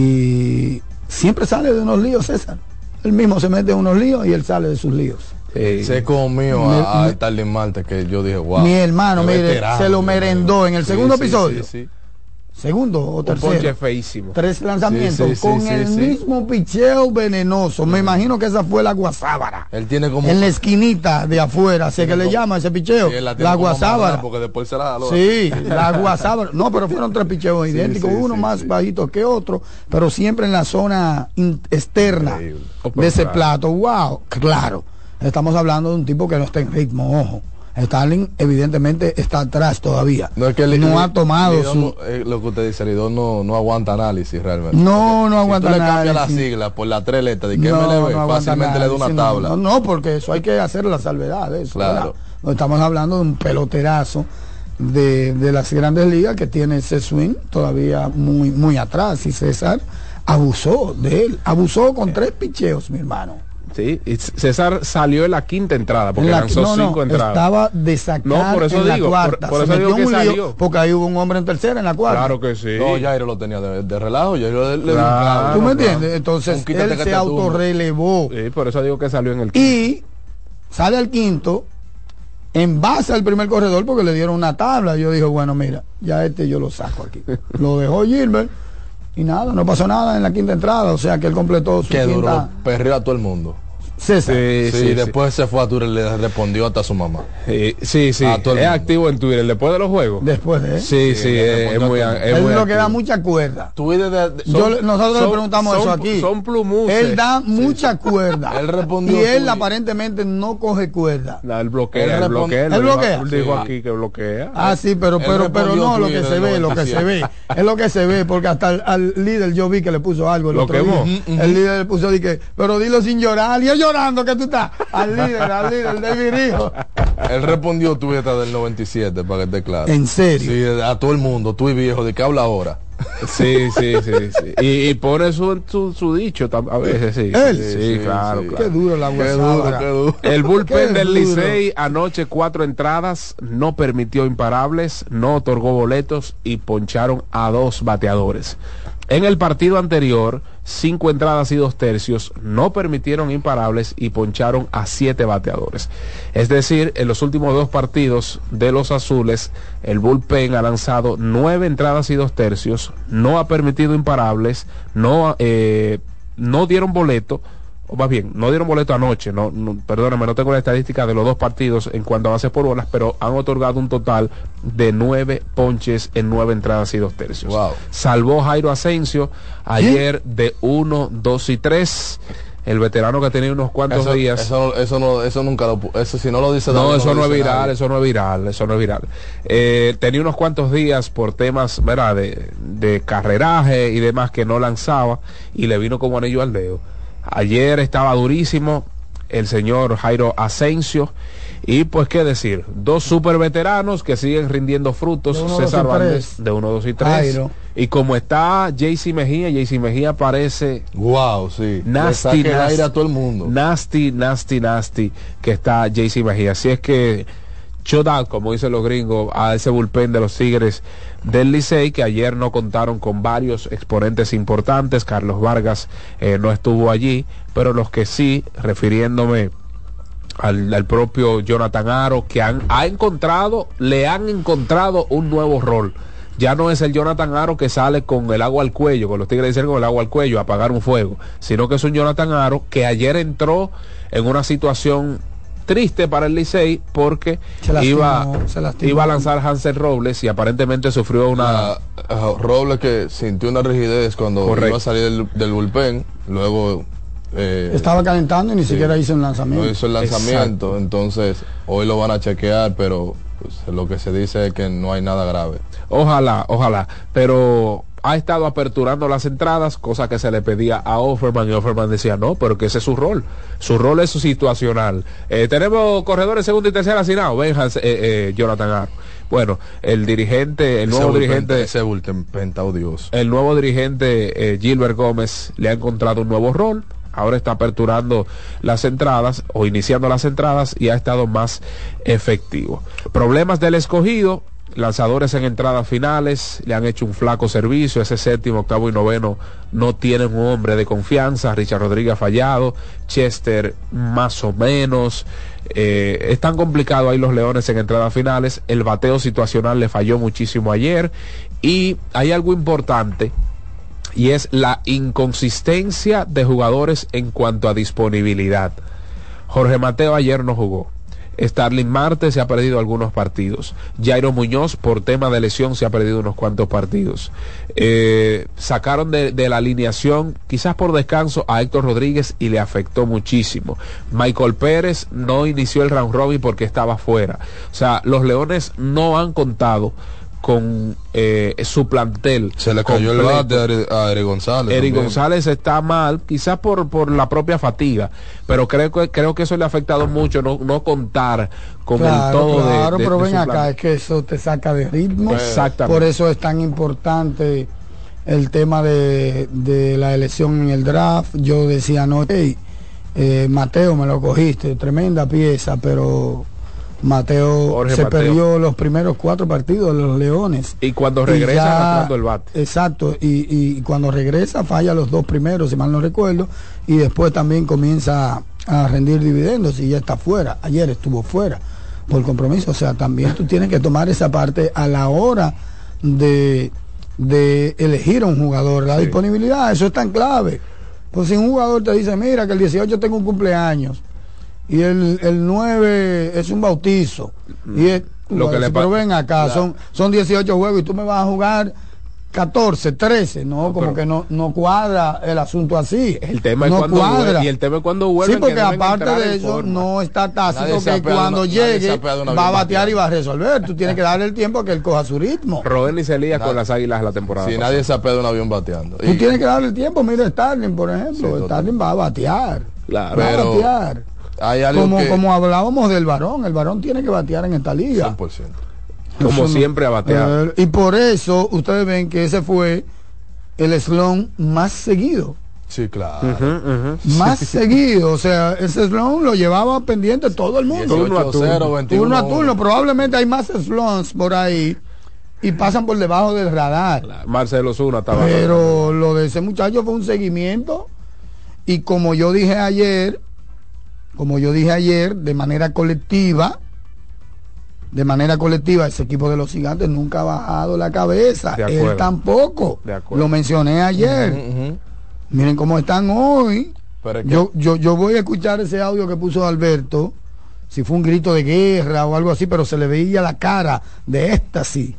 Y siempre sale de unos líos, César. Él mismo se mete en unos líos y él sale de sus líos. Se comió a Starling Marte, que yo dije, wow. Mi hermano, mire, se lo merendó en el segundo episodio. Sí. Segundo o tercero. Un ponche feísimo. 3 lanzamientos con el mismo picheo venenoso. Me imagino que esa fue la guasábara. Él tiene como en la esquinita de afuera, así que le llama ese picheo. La guasábara. Porque después se la sí, la guasábara. No, pero fueron 3 picheos idénticos, uno más bajito que otro, pero siempre en la zona externa de ese plato. Wow, claro. Estamos hablando de un tipo que no está en ritmo, ojo. Starling evidentemente está atrás todavía. No, es que no ha tomado lo que usted dice, Lidón no aguanta análisis realmente. No aguanta análisis. Si tú le cambias la sigla por la 3 letras de que MLB, fácilmente le da una tabla. No, porque eso hay que hacer la salvedad de eso. Claro. No estamos hablando de un peloterazo de las grandes ligas que tiene ese swing todavía muy atrás, y César abusó de él. Abusó con 3 picheos, mi hermano. Sí, y César salió en la 5ª entrada porque lanzó 5 entradas. Estaba de sacar por eso en digo, la cuarta. Por eso digo que salió. Porque ahí hubo un hombre en tercera, en la cuarta. Claro que sí. No, Jairo lo tenía de relajo. Jairo ¿Tú me entiendes? Entonces él se autorrelevó. Sí, por eso digo que salió en el 5º. Y sale al 5º en base al primer corredor porque le dieron una tabla. Yo dije, bueno, mira, ya yo lo saco aquí. Lo dejó Gilbert. Y nada, no pasó nada en la 5ª entrada, o sea que él completó su 5ª. Duro, perreó a todo el mundo. César. Sí, después se fue a Twitter y le respondió hasta a su mamá. Sí, es activo en Twitter después de los juegos. Después de Sí, es muy él lo que da mucha cuerda. Nosotros le preguntamos eso aquí. Son plumus. Él da mucha cuerda. Él respondió. Y él aparentemente no coge cuerda. Él bloquea. Él bloquea. Dijo aquí que bloquea. Sí, pero no, lo que se ve, es lo que se ve, porque hasta al líder yo vi que le puso algo el otro día. El líder le puso, pero dilo sin llorar. Y yo llorando que tú estás. Al líder, David Rijo. Él respondió tu del 97, para que esté claro. ¿En serio? Sí, a todo el mundo, tú y viejo, ¿de qué habla ahora? Sí. Y pone su dicho a veces, sí. Sí, claro. Qué duro la guasábara. Qué duro. El bullpen del Licey anoche 4 entradas, no permitió imparables, no otorgó boletos y poncharon a 2 bateadores. En el partido anterior, 5 entradas y 2 tercios, no permitieron imparables y poncharon a 7 bateadores. Es decir, en los últimos 2 partidos de los azules, el bullpen ha lanzado 9 entradas y 2 tercios, no ha permitido imparables, no dieron boleto, o más bien, no dieron boleto anoche, perdóname, no tengo la estadística de los 2 partidos en cuanto a bases por bolas, pero han otorgado un total de 9 ponches en 9 entradas y 2 tercios. Wow. Salvó Jairo Asensio ayer de 1, 2 y 3. El veterano que tenía unos cuantos días. Eso nunca eso si no lo dice. No, eso no es viral, eso no es viral. Tenía unos cuantos días por temas, ¿verdad? De carreraje y demás que no lanzaba y le vino como anillo al dedo. Ayer estaba durísimo, el señor Jairo Asensio. Y pues qué decir, dos super veteranos que siguen rindiendo frutos, César Valdés de 1, 2 y 3. Jairo. Y como está JC Mejía parece wow, sí, nasty, aire a todo el mundo. Nasty que está JC Mejía. Así es que shoutout, como dicen los gringos, a ese bullpen de los Tigres del Licey, que ayer no contaron con varios exponentes importantes. Carlos Vargas no estuvo allí, pero los que sí, refiriéndome al propio Jonathan Aro, que le han encontrado un nuevo rol. Ya no es el Jonathan Aro que sale con el agua al cuello, con los Tigres dicen con el agua al cuello, a apagar un fuego, sino que es un Jonathan Aro que ayer entró en una situación triste para el Licey porque iba a lanzar Hansel Robles y aparentemente sufrió una... Robles que sintió una rigidez cuando iba a salir del bullpen, luego... estaba calentando y ni siquiera hizo un lanzamiento. No hizo el lanzamiento. Exacto. Entonces hoy lo van a chequear, pero pues, lo que se dice es que no hay nada grave. Ojalá, pero ha estado aperturando las entradas, cosa que se le pedía a Offerman, y Offerman decía no, pero que ese es su rol es situacional. Tenemos corredores segunda y tercera asignados, Jonathan Aro. Bueno, el nuevo dirigente Gilbert Gómez le ha encontrado un nuevo rol. Ahora está aperturando las entradas o iniciando las entradas y ha estado más efectivo. Problemas del Escogido, lanzadores en entradas finales, le han hecho un flaco servicio. Ese séptimo, octavo y noveno no tienen un hombre de confianza. Richard Rodríguez ha fallado, Chester más o menos. Están complicados ahí los Leones en entradas finales. El bateo situacional le falló muchísimo ayer. Y hay algo importante, y es la inconsistencia de jugadores en cuanto a disponibilidad. Jorge Mateo ayer no jugó. Starling Marte se ha perdido algunos partidos. Jairo Muñoz por tema de lesión se ha perdido unos cuantos partidos. Sacaron de la alineación, quizás por descanso, a Héctor Rodríguez y le afectó muchísimo. Michael Pérez no inició el round robin porque estaba fuera. O sea, los Leones no han contado con su plantel. Se le cayó completo. El bate a Eric González. Eric González está mal, quizás por la propia fatiga, pero creo que eso le ha afectado mucho, no contar con el todo de pero ven acá, es que eso te saca de ritmo. Exactamente. Por eso es tan importante el tema de la elección en el draft. Yo decía Mateo, me lo cogiste, tremenda pieza, pero Mateo perdió los primeros 4 partidos de los Leones. Y cuando regresa arrastrando el bate. Exacto, y cuando regresa falla los 2 primeros, si mal no recuerdo, y después también comienza a rendir dividendos y ya está fuera. Ayer estuvo fuera por compromiso. O sea, también tú tienes que tomar esa parte a la hora de elegir a un jugador. La disponibilidad, eso es tan clave. Pues si un jugador te dice, mira que el 18 tengo un cumpleaños y el 9 es un bautizo y pero ven acá, son 18 juegos y tú me vas a jugar 14, 13, como que no cuadra el asunto así. El tema es cuando cuadra. Y el tema es cuando vuelven. Sí, porque aparte de eso no está tácito que cuando llegue va a batear y va a resolver. Tú tienes que darle el tiempo a que él coja su ritmo. Rodney se lía con las Águilas la temporada. Si nadie se apea de un avión bateando. Tú tienes que darle el tiempo. Mira Starling, por ejemplo. Starling va a batear. Claro. Va a batear. Hay algo como hablábamos del Barón, el Barón tiene que batear en esta liga 100%. Como siempre a batear. Y por eso ustedes ven que ese fue el slump más seguido. Sí, claro. Más seguido, o sea, ese slump lo llevaba pendiente todo el mundo. 18-0, turno a turno. Probablemente hay más slumps por ahí y pasan por debajo del radar. Claro. Marcelo Zuna estaba. Pero lo de ese muchacho fue un seguimiento y como yo dije ayer, de manera colectiva, ese equipo de los Gigantes nunca ha bajado la cabeza. Él tampoco. Lo mencioné ayer. Miren cómo están hoy. Yo voy a escuchar ese audio que puso Alberto, si fue un grito de guerra o algo así, pero se le veía la cara de éxtasis,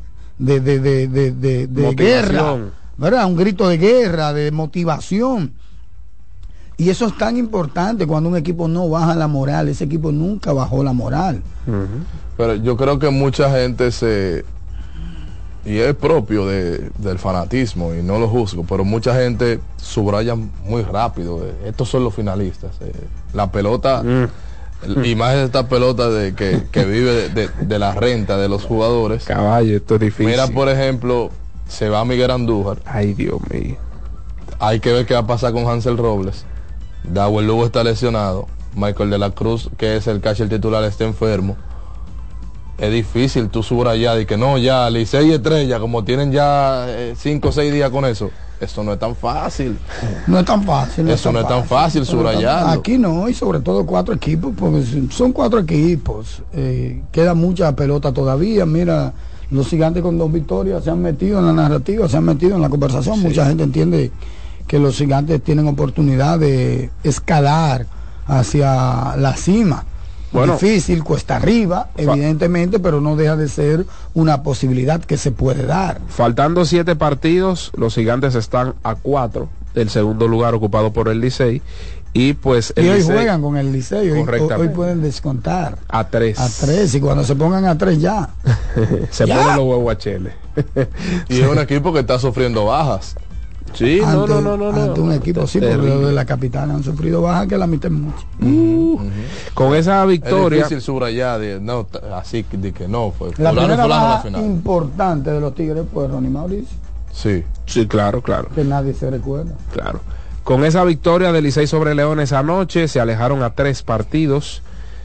de guerra, ¿verdad? Un grito de guerra, de motivación. Y eso es tan importante cuando un equipo no baja la moral. Ese equipo nunca bajó la moral. Pero yo creo que mucha gente y es propio del fanatismo y no lo juzgo, pero mucha gente subraya muy rápido, estos son los finalistas, la pelota, y más esta pelota de que vive de la renta de los jugadores. Caballo, esto es difícil. Mira, por ejemplo, se va Miguel Andújar. Ay, Dios mío. Hay que ver qué va a pasar con Hansel Robles. Dawel Lugo está lesionado. Michael de la Cruz, que es el catcher titular, está enfermo. Es difícil tú subrayar y que no, ya Licey y Estrella, como tienen ya 5 o 6 días con eso. Eso no es tan fácil. No es tan fácil. Eso no es tan fácil subrayarlo. Aquí no, y sobre todo 4 equipos, porque son 4 equipos. Queda mucha pelota todavía. Mira, los Gigantes con 2 victorias se han metido en la narrativa, se han metido en la conversación. Sí. Mucha gente entiende que los Gigantes tienen oportunidad de escalar hacia la cima. Bueno, difícil, cuesta arriba, evidentemente, pero no deja de ser una posibilidad que se puede dar. Faltando 7 partidos, los Gigantes están a 4 del segundo lugar ocupado por el Licey. Y pues el Licey, hoy juegan con el Licey, hoy pueden descontar a 3. A 3, y cuando se pongan a 3 ya. Se ya ponen los huevos a Chele. Y es un equipo que está sufriendo bajas. Sí, ante un equipo, sí, porque los de la capital han sufrido bajas que la miten mucho. Con esa victoria. Es difícil subrayar, no, así de que no fue. La primera baja importante de los Tigres fue Ronnie Mauricio. Sí. Sí, claro. Que nadie se recuerda. Claro. Con esa victoria de Licey sobre Leones anoche, se alejaron a 3 partidos.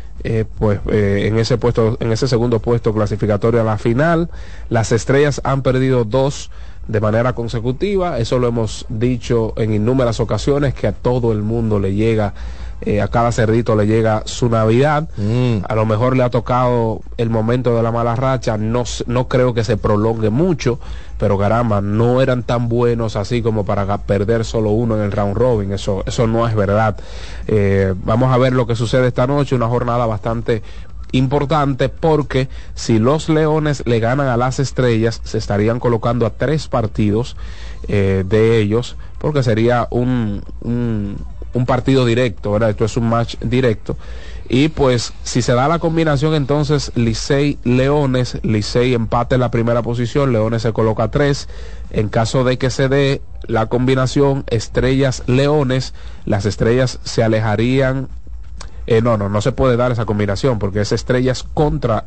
En ese segundo puesto clasificatorio a la final. Las Estrellas han perdido 2 de manera consecutiva. Eso lo hemos dicho en innúmeras ocasiones, que a todo el mundo le llega, a cada cerdito le llega su Navidad. A lo mejor le ha tocado el momento de la mala racha. No creo que se prolongue mucho, pero caramba, no eran tan buenos así como para perder solo uno en el round robin. Eso no es verdad. Vamos a ver lo que sucede esta noche, una jornada bastante importante, porque si los Leones le ganan a las Estrellas, se estarían colocando a 3 partidos de ellos, porque sería un partido directo, ¿verdad? Esto es un match directo. Y pues si se da la combinación, entonces Licey-Leones, Licey empate en la primera posición, Leones se coloca a 3. En caso de que se dé la combinación Estrellas-Leones, las Estrellas se alejarían. No se puede dar esa combinación, porque es Estrellas contra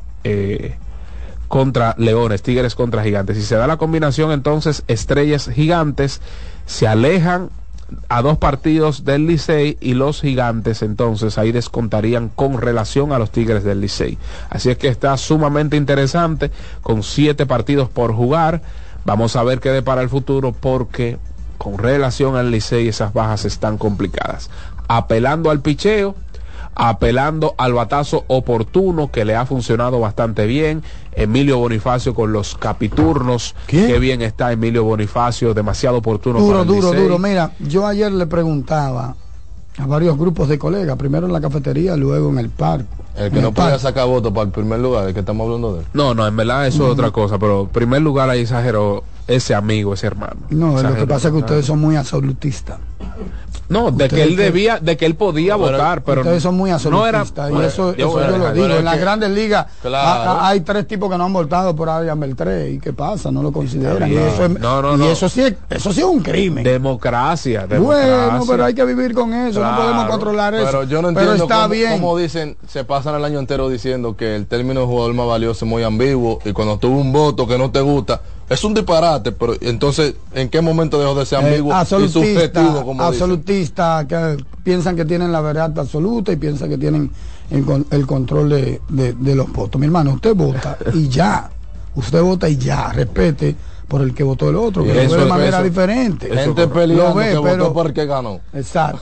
Leones, Tigres contra Gigantes. Si se da la combinación, entonces Estrellas Gigantes se alejan a 2 partidos del Licey, y los Gigantes entonces ahí descontarían con relación a los Tigres del Licey. Así es que está sumamente interesante, con 7 partidos por jugar. Vamos a ver qué depara el futuro, porque con relación al Licey esas bajas están complicadas. Apelando al picheo, apelando al batazo oportuno, que le ha funcionado bastante bien. Emilio Bonifacio con los capiturnos. Qué bien está Emilio Bonifacio, demasiado oportuno. Duro. Mira, yo ayer le preguntaba a varios grupos de colegas, primero en la cafetería, luego en el parque. El que no podía sacar votos para el primer lugar, ¿de qué estamos hablando de él? No, en verdad eso es otra cosa, pero en primer lugar ahí exageró ese amigo, ese hermano. No, lo que pasa es que ustedes son muy absolutistas. No, de que él podía votar, pero ustedes son muy absolutistas. Y eso yo lo digo. En las grandes ligas hay 3 tipos que no han votado por Adrián Beltré. ¿Y qué pasa? No lo consideran. Y eso sí es un crimen. Democracia. Bueno, pero hay que vivir con eso. No podemos controlar eso. Pero yo no entiendo cómo dicen, se pasan el año entero diciendo que el término de jugador más valioso es muy ambiguo, y cuando tuvo un voto que no te gusta, es un disparate. Pero entonces, ¿en qué momento dejó de ser ambiguo y subjetivo, como absolutista, que piensan que tienen la verdad absoluta y piensan que tienen el control de los votos? Mi hermano, usted vota y ya. Usted vota y ya. Respete por el que votó el otro, que lo ve de manera diferente. Gente peleando que votó por el que ganó. Exacto.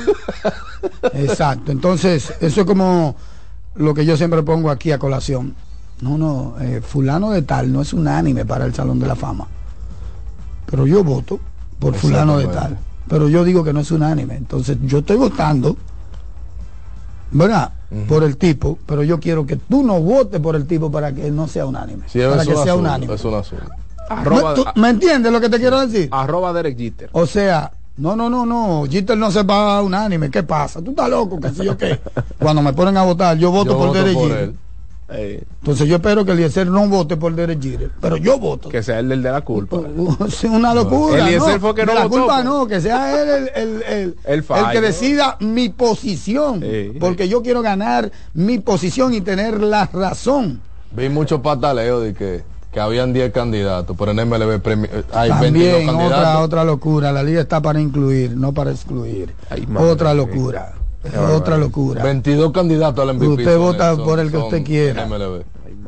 Exacto. Entonces, eso es como lo que yo siempre pongo aquí a colación. Fulano de tal no es unánime para el Salón de la Fama, pero yo voto por fulano de tal, pero yo digo que no es unánime. Entonces yo estoy votando, ¿verdad? Por el tipo, pero yo quiero que tú no votes por el tipo para que no sea unánime, para que sea unánime. Es un asunto. ¿Me entiendes lo que te quiero decir? @ Derek Jeter. O sea, no, Jeter no se va unánime. ¿Qué pasa? Tú estás loco, qué sé yo qué. Cuando me ponen a votar, yo voto por Derek Jeter. Entonces yo espero que Eliezer no vote por Derek Jeter, pero yo voto. Que sea él el de la culpa. Es una locura. Eliezer fue que no la votó. Culpa no, que sea él el que decida mi posición. Porque yo quiero ganar mi posición y tener la razón. Vi mucho pataleo de que habían 10 candidatos, pero en MLB hay también 22 candidatos. Otra locura. La liga está para incluir, no para excluir. Otra locura. Otra locura. 22 candidatos al MVP. Usted vota por el que usted quiera. MLB.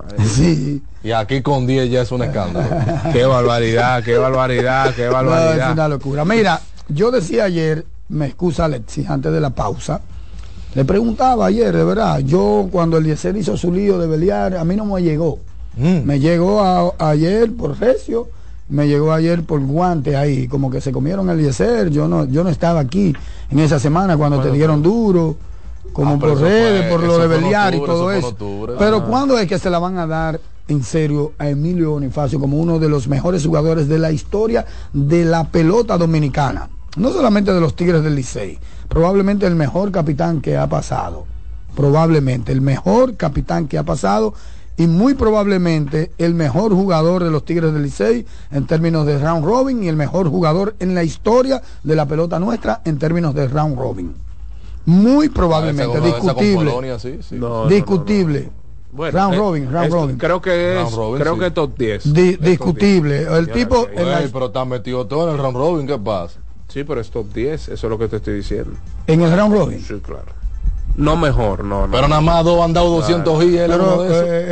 Sí. Y aquí con 10 ya es un escándalo. Qué barbaridad, qué barbaridad, qué barbaridad. No, es una locura. Mira, yo decía ayer, me excusa Alexis, antes de la pausa, le preguntaba ayer, de verdad, yo cuando Eliezer hizo su lío de Beliar, a mí no me llegó. Me llegó ayer por Recio, me llegó ayer por Guante ahí, como que se comieron el Eliezer. Yo no estaba aquí en esa semana cuando te dieron duro, como por redes, por lo de Beliar y todo eso. Pero ¿cuándo es que se la van a dar en serio a Emilio Bonifacio como uno de los mejores jugadores de la historia de la pelota dominicana? No solamente de los Tigres del Licey, probablemente el mejor capitán que ha pasado. Probablemente el mejor capitán que ha pasado. Y muy probablemente el mejor jugador de los Tigres del Licey en términos de round robin y el mejor jugador en la historia de la pelota nuestra en términos de round robin. Muy probablemente, discutible. Polonia, sí. Discutible. Bueno, round robin. Creo que es top 10. Discutible. El tipo... pero está metido todo en el round robin, ¿qué pasa? Sí, pero es top 10, eso es lo que te estoy diciendo. ¿En el round robin? Sí, claro. No mejor, no. Pero nada más dos han dado 200 y él es uno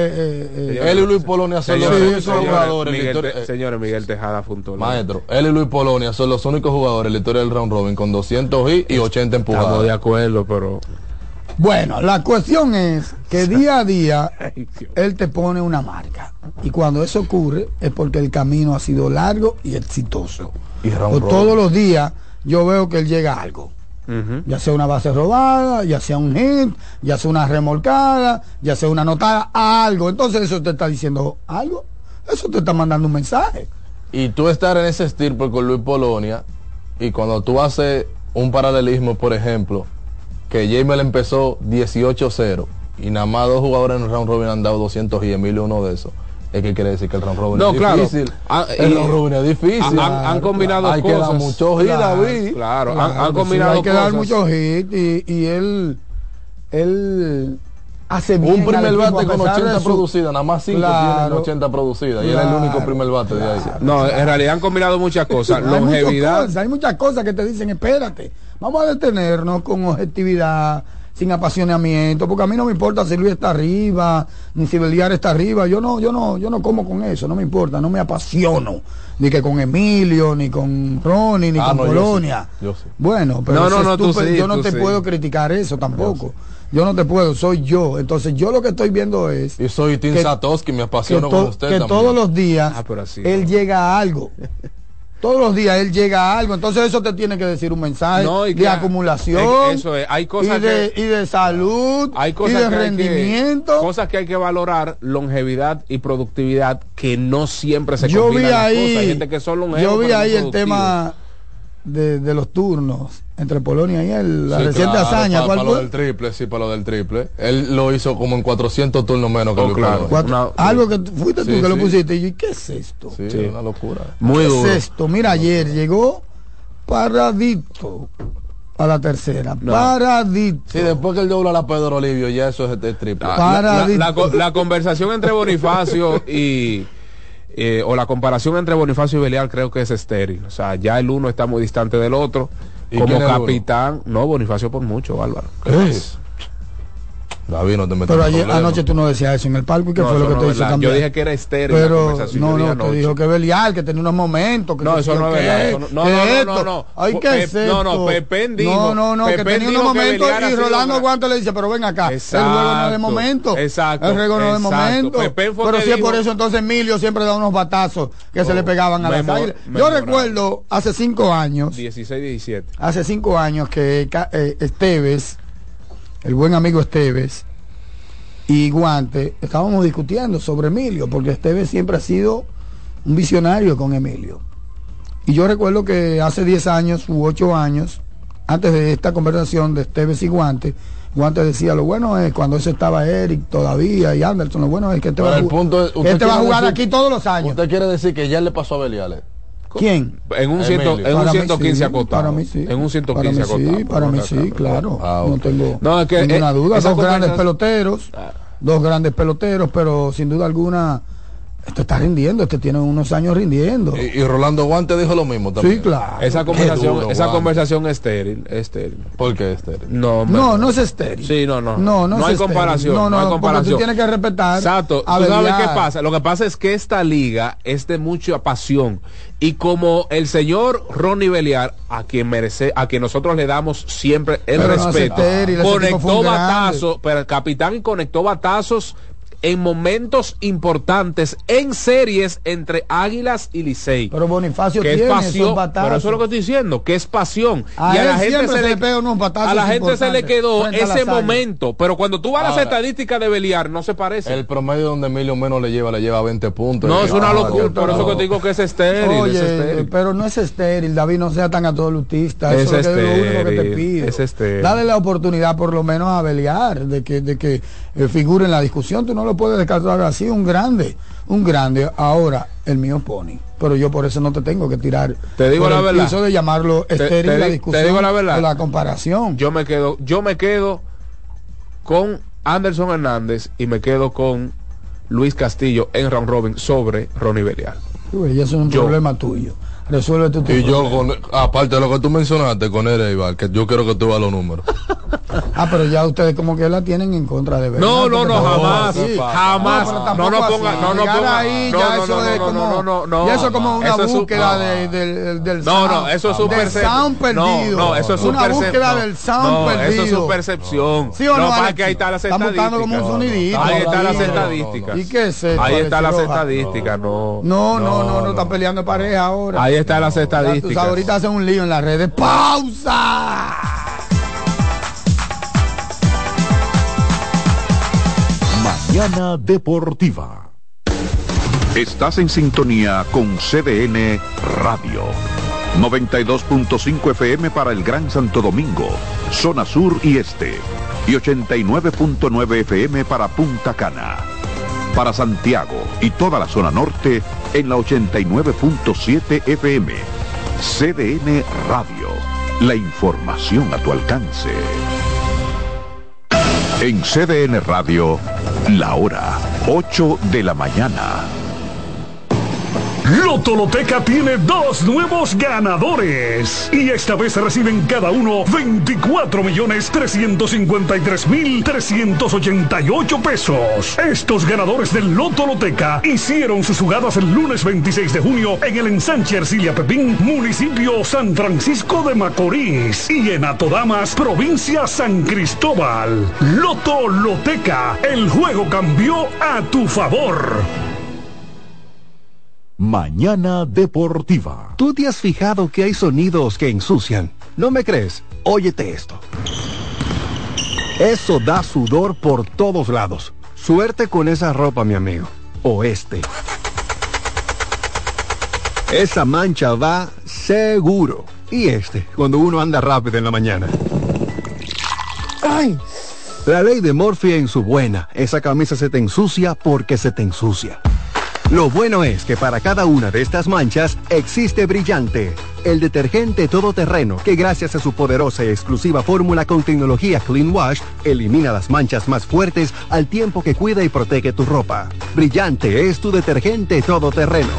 de esos. Él y Luis Polonia son los únicos jugadores. Señores, Miguel Tejada Funtolón. Maestro, él y Luis Polonia son los únicos jugadores en la historia del round robin con 200 y 80 empujadas. Estamos de acuerdo, pero... Bueno, la cuestión es que día a día él te pone una marca. Y cuando eso ocurre es porque el camino ha sido largo y exitoso. Y todos los días yo veo que él llega a algo. Ya sea una base robada, ya sea un hit, ya sea una remolcada, ya sea una anotada, algo. Entonces eso te está diciendo algo, eso te está mandando un mensaje. Y tú estar en ese estirpe con Luis Polonia, y cuando tú haces un paralelismo, por ejemplo, que Jaimel empezó 18-0 y nada más dos jugadores en el round robin han dado 200 y Emilio uno de esos. Es que quiere decir que el round robin es difícil. El round robin es difícil. Han combinado hay cosas. Hay que dar muchos hits, David. Claro, han combinado hay que cosas. dar muchos hits y él hace bien. Un primer bate con 80 producidas, nada más 5 tienen 80 producidas. Y él es el único primer bate de ahí. No, en realidad han combinado muchas cosas. Longevidad. Hay muchas cosas que te dicen, espérate, vamos a detenernos con objetividad, sin apasionamiento, porque a mí no me importa si Luis está arriba, ni si Beliar está arriba, yo no como con eso, no me importa, no me apasiono, ni que con Emilio, ni con Ronnie, ni con Polonia. Yo sí. Bueno, pero yo no te puedo criticar eso tampoco. Yo no te puedo, soy yo. Entonces yo lo que estoy viendo es... Y soy Tim Satoshi, me apasiono con usted que también. todos los días él llega a algo. Todos los días él llega a algo, entonces eso te tiene que decir un mensaje de acumulación, eso es. Hay cosas y de salud, hay cosas y de rendimiento. Cosas que hay que valorar, longevidad y productividad, que no siempre se combinan las cosas. Hay gente que son longevos. Yo vi ahí el tema de los turnos entre Polonia y él, la reciente hazaña. Para lo del triple, para lo del triple. Él lo hizo como en 400 turnos menos que algo que fuiste tú que lo pusiste. Y yo, ¿qué es esto? Sí, una locura. Muy duro. ¿Qué es esto? Mira, ayer llegó paradito a la tercera. Paradito. Sí, después que él dobla la Pedro Olivio, ya eso es triple. La conversación entre Bonifacio y... o la comparación entre Bonifacio y Belial creo que es estéril. O sea, ya el uno está muy distante del otro. Como capitán, no, Bonifacio por mucho, Álvaro. ¿Qué es? David, no te metas. Pero ayer, anoche tú no decías eso en el palco, ¿y qué fue lo que te hizo cambiar? Yo dije que era estéril pero la conversación. No, te dijo que Belial, que tenía unos momentos. Que no, eso no es verdad. No. Ay, ¿qué es esto? No, Pepén dijo. No, que tenía unos momentos y Rolando Guante le dice, pero ven acá, el juego no es de momento. Exacto. El juego no es de momento. Pero si es por eso, entonces Emilio siempre da unos batazos que se le pegaban a las águilas. Yo recuerdo hace 5 años. 16, 17. Hace 5 años que Esteves, el buen amigo Esteves, y Guante, estábamos discutiendo sobre Emilio, porque Esteves siempre ha sido un visionario con Emilio. Y yo recuerdo que hace 10 años u 8 años, antes de esta conversación de Esteves y Guante decía, lo bueno es cuando ese estaba Eric todavía y Anderson, lo bueno es que este va a jugar aquí todos los años. ¿Usted quiere decir que ya le pasó a Beliales? ¿Quién? En un 115 sí, acotado. Para mí sí. En un 115 acotado. Sí, para mí sí, claro. No tengo es que, ninguna duda. Dos grandes peloteros, pero sin duda alguna esto está rindiendo, tiene unos años rindiendo. Y Rolando Guante dijo lo mismo también. Sí, claro. Esa conversación es estéril. ¿Por qué estéril? No es estéril. Sí, no hay estéril. comparación. No hay comparación. Tú tienes que respetar. Exacto. ¿Tú sabes qué pasa? Lo que pasa es que esta liga es de mucha pasión. Y como el señor Ronnie Belial, a quien nosotros le damos siempre el respeto, conectó batazos, pero el capitán conectó batazos en momentos importantes en series entre Águilas y Licey. Pero Bonifacio que tiene es pasión, esos batazos. pero eso es lo que estoy diciendo, que es pasión. Y a la gente se le quedó ese momento, pero cuando tú vas a las estadísticas de Belial no se parece. El promedio donde Emilio menos le lleva 20 puntos. No, es una locura, por eso que te digo que es estéril. Oye, pero no es estéril, David, no sea tan absolutista. Eso es lo único que te pido. Es estéril. Dale la oportunidad por lo menos a Belial de que figure en la discusión. Tú no lo puedes descartar así, un grande. Ahora el mío Pony, pero yo por eso no te tengo que tirar. Te digo la verdad. Eso de llamarlo estéril la discusión. Te digo la verdad. O la comparación. Yo me quedo con Anderson Hernández y me quedo con Luis Castillo en round robin sobre Ronnie Belial. Ya es un problema tuyo. Resuelve tu Y yo, aparte de lo que tú mencionaste con Ereibar, que yo quiero que tú veas los números. Pero ya ustedes como que la tienen en contra de verdad. No, jamás. Jamás. No ponga ahí, ya eso es como ya eso es como una búsqueda del sound. No, eso es su percepción. No, eso es su una búsqueda del sound perdido. Eso es su percepción. ¿Sí o no? Para que ahí está las estadísticas. Como un sonidito. Ahí están las estadísticas. ¿Y qué es eso? Ahí están las estadísticas. No están peleando de pareja ahora. Ahí están las estadísticas. Ahorita hacen un lío en las redes. ¡Pausa! Mañana Deportiva. Estás en sintonía con CDN Radio. 92.5 FM para el Gran Santo Domingo, zona sur y este. Y 89.9 FM para Punta Cana. Para Santiago y toda la zona norte en la 89.7 FM. CDN Radio. La información a tu alcance. En CDN Radio, la hora 8 de la mañana. Lotoloteca tiene 2 nuevos ganadores y esta vez reciben cada uno 24.353.388 pesos. Estos ganadores del Lotoloteca hicieron sus jugadas el lunes 26 de junio en el ensanche Ercilia Pepín, municipio San Francisco de Macorís, y en Atodamas, provincia San Cristóbal. Lotoloteca, el juego cambió a tu favor. Mañana Deportiva. ¿Tú te has fijado que hay sonidos que ensucian? ¿No me crees? Óyete esto. Eso da sudor por todos lados. Suerte con esa ropa, mi amigo. O esa mancha va seguro. Y cuando uno anda rápido en la mañana. ¡Ay! La ley de Murphy en su buena. Esa camisa se te ensucia porque se te ensucia. Lo bueno es que para cada una de estas manchas existe Brillante, el detergente todoterreno que gracias a su poderosa y exclusiva fórmula con tecnología Clean Wash elimina las manchas más fuertes al tiempo que cuida y protege tu ropa. Brillante es tu detergente todoterreno.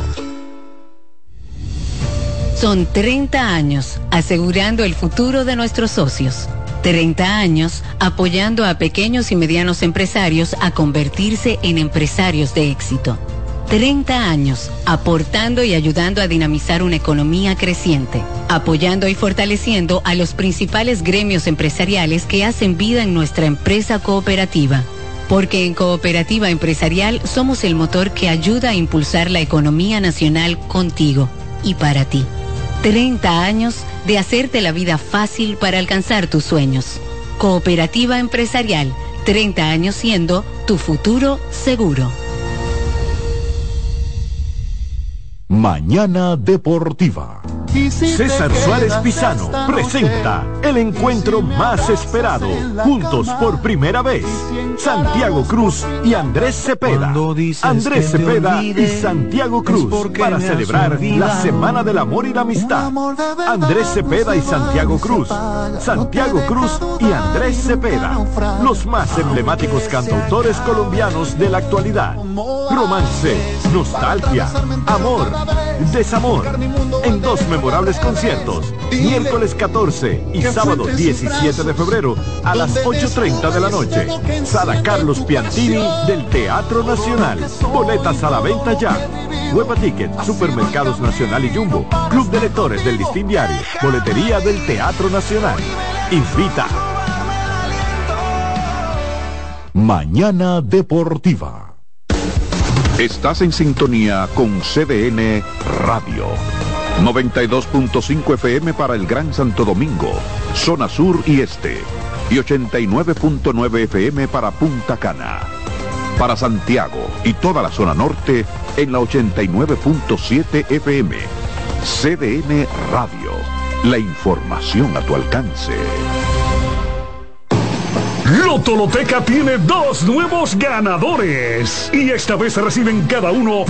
Son 30 años asegurando el futuro de nuestros socios. 30 años apoyando a pequeños y medianos empresarios a convertirse en empresarios de éxito. 30 años aportando y ayudando a dinamizar una economía creciente, apoyando y fortaleciendo a los principales gremios empresariales que hacen vida en nuestra empresa cooperativa. Porque en Cooperativa Empresarial somos el motor que ayuda a impulsar la economía nacional contigo y para ti. 30 años de hacerte la vida fácil para alcanzar tus sueños. Cooperativa Empresarial, 30 años siendo tu futuro seguro. Mañana Deportiva. César Suárez Pisano presenta el encuentro más esperado, juntos por primera vez, Santiago Cruz y Andrés Cepeda. Andrés Cepeda y Santiago Cruz para celebrar la Semana del Amor y la Amistad. Andrés Cepeda y Santiago Cruz. Santiago Cruz y Andrés Cepeda, los más emblemáticos cantautores colombianos de la actualidad. Romance, nostalgia, amor, desamor, en dos memorables conciertos, miércoles 14 y sábado 17 de febrero a las 8:30 de la noche. Sala Carlos Piantini del Teatro Nacional. Boletas a la venta ya. Huepa Ticket, Supermercados Nacional y Jumbo, Club de Lectores del Listín Diario, Boletería del Teatro Nacional. Invita. Mañana Deportiva. Estás en sintonía con CDN Radio. 92.5 FM para el Gran Santo Domingo, zona sur y este. Y 89.9 FM para Punta Cana. Para Santiago y toda la zona norte en la 89.7 FM. CDN Radio. La información a tu alcance. Loto Loteca tiene 2 nuevos ganadores y esta vez reciben cada uno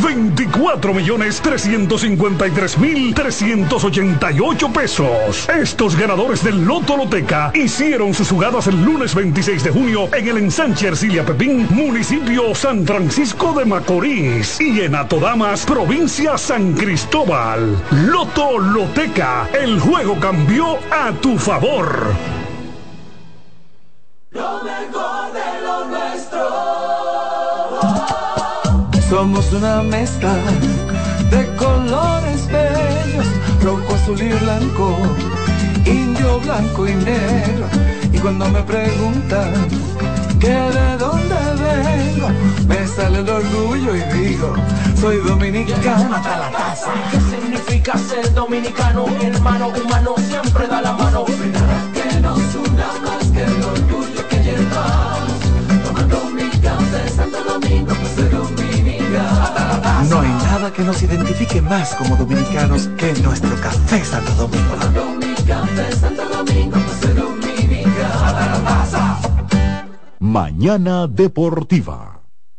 24.353.388 pesos. Estos ganadores del Loto Loteca hicieron sus jugadas el lunes 26 de junio en el ensanche Ercilia Pepín, municipio San Francisco de Macorís, y en Atodamas, provincia San Cristóbal. Loto Loteca, el juego cambió a tu favor. Lo mejor de lo nuestro. Somos una mezcla de colores bellos, rojo, azul y blanco, indio, blanco y negro. Y cuando me preguntan que de dónde vengo, me sale el orgullo y digo, soy dominicano hasta la casa. ¿Qué significa ser dominicano? Hermano humano siempre da la mano. Que nos una más que el orgullo que llevamos, tomando mi café Santo Domingo, pues soy dominicano. No hay nada que nos identifique más como dominicanos que nuestro café Santo Domingo. Tomando mi café Santo Domingo, pues soy dominicano. Mañana Deportiva.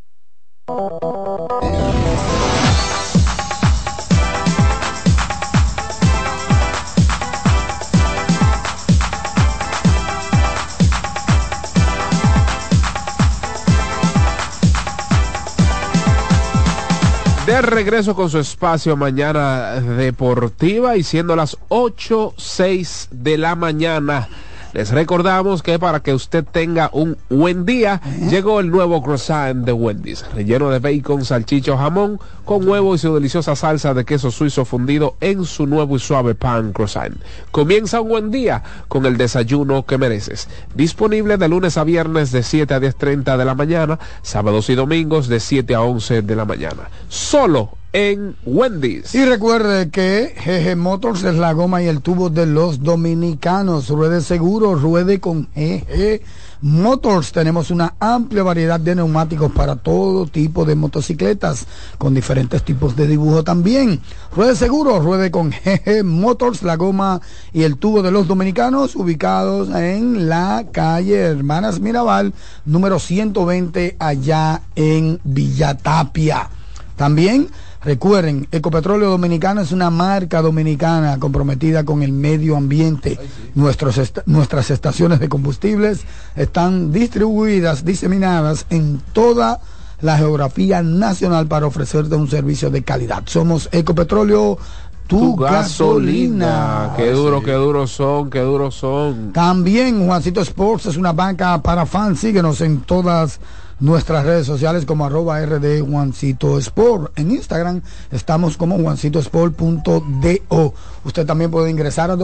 De regreso con su espacio Mañana Deportiva y siendo las 8:06 de la mañana. Les recordamos que para que usted tenga un buen día, llegó el nuevo croissant de Wendy's, relleno de bacon, salchicha o jamón, con huevo y su deliciosa salsa de queso suizo fundido en su nuevo y suave pan croissant. Comienza un buen día con el desayuno que mereces. Disponible de lunes a viernes de 7 a 10:30 de la mañana, sábados y domingos de 7 a 11 de la mañana. Solo en Wendy's. Y recuerde que GG Motors es la goma y el tubo de los dominicanos. Ruede seguro, ruede con GG Motors. Tenemos una amplia variedad de neumáticos para todo tipo de motocicletas, con diferentes tipos de dibujo también. Ruede seguro, ruede con GG Motors, la goma y el tubo de los dominicanos, ubicados en la calle Hermanas Mirabal, número 120, allá en Villatapia. También recuerden, Ecopetróleo Dominicano es una marca dominicana comprometida con el medio ambiente. Nuestras estaciones de combustibles están diseminadas en toda la geografía nacional para ofrecerte un servicio de calidad. Somos Ecopetróleo, tu gasolina. Qué duros son. También Juancito Sports es una banca para fans. Síguenos en todas nuestras redes sociales como @RD Juancito Sport. En Instagram estamos como juancitosport.do. Usted también puede ingresar a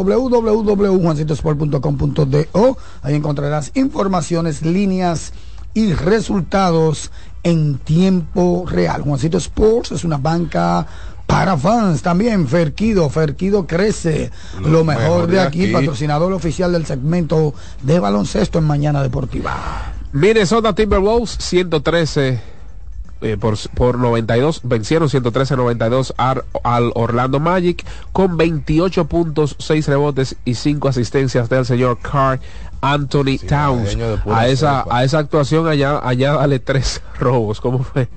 www.juancitosport.com.do. Ahí encontrarás informaciones, líneas y resultados en tiempo real. Juancito Sports es una banca para fans. También Ferquido crece, lo mejor de aquí, patrocinador oficial del segmento de baloncesto en Mañana Deportiva. Minnesota Timberwolves 113 por 92, vencieron 113-92 al Orlando Magic con 28 puntos, 6 rebotes y 5 asistencias del señor Karl Anthony Towns. A esa actuación allá dale 3 robos. ¿Cómo fue?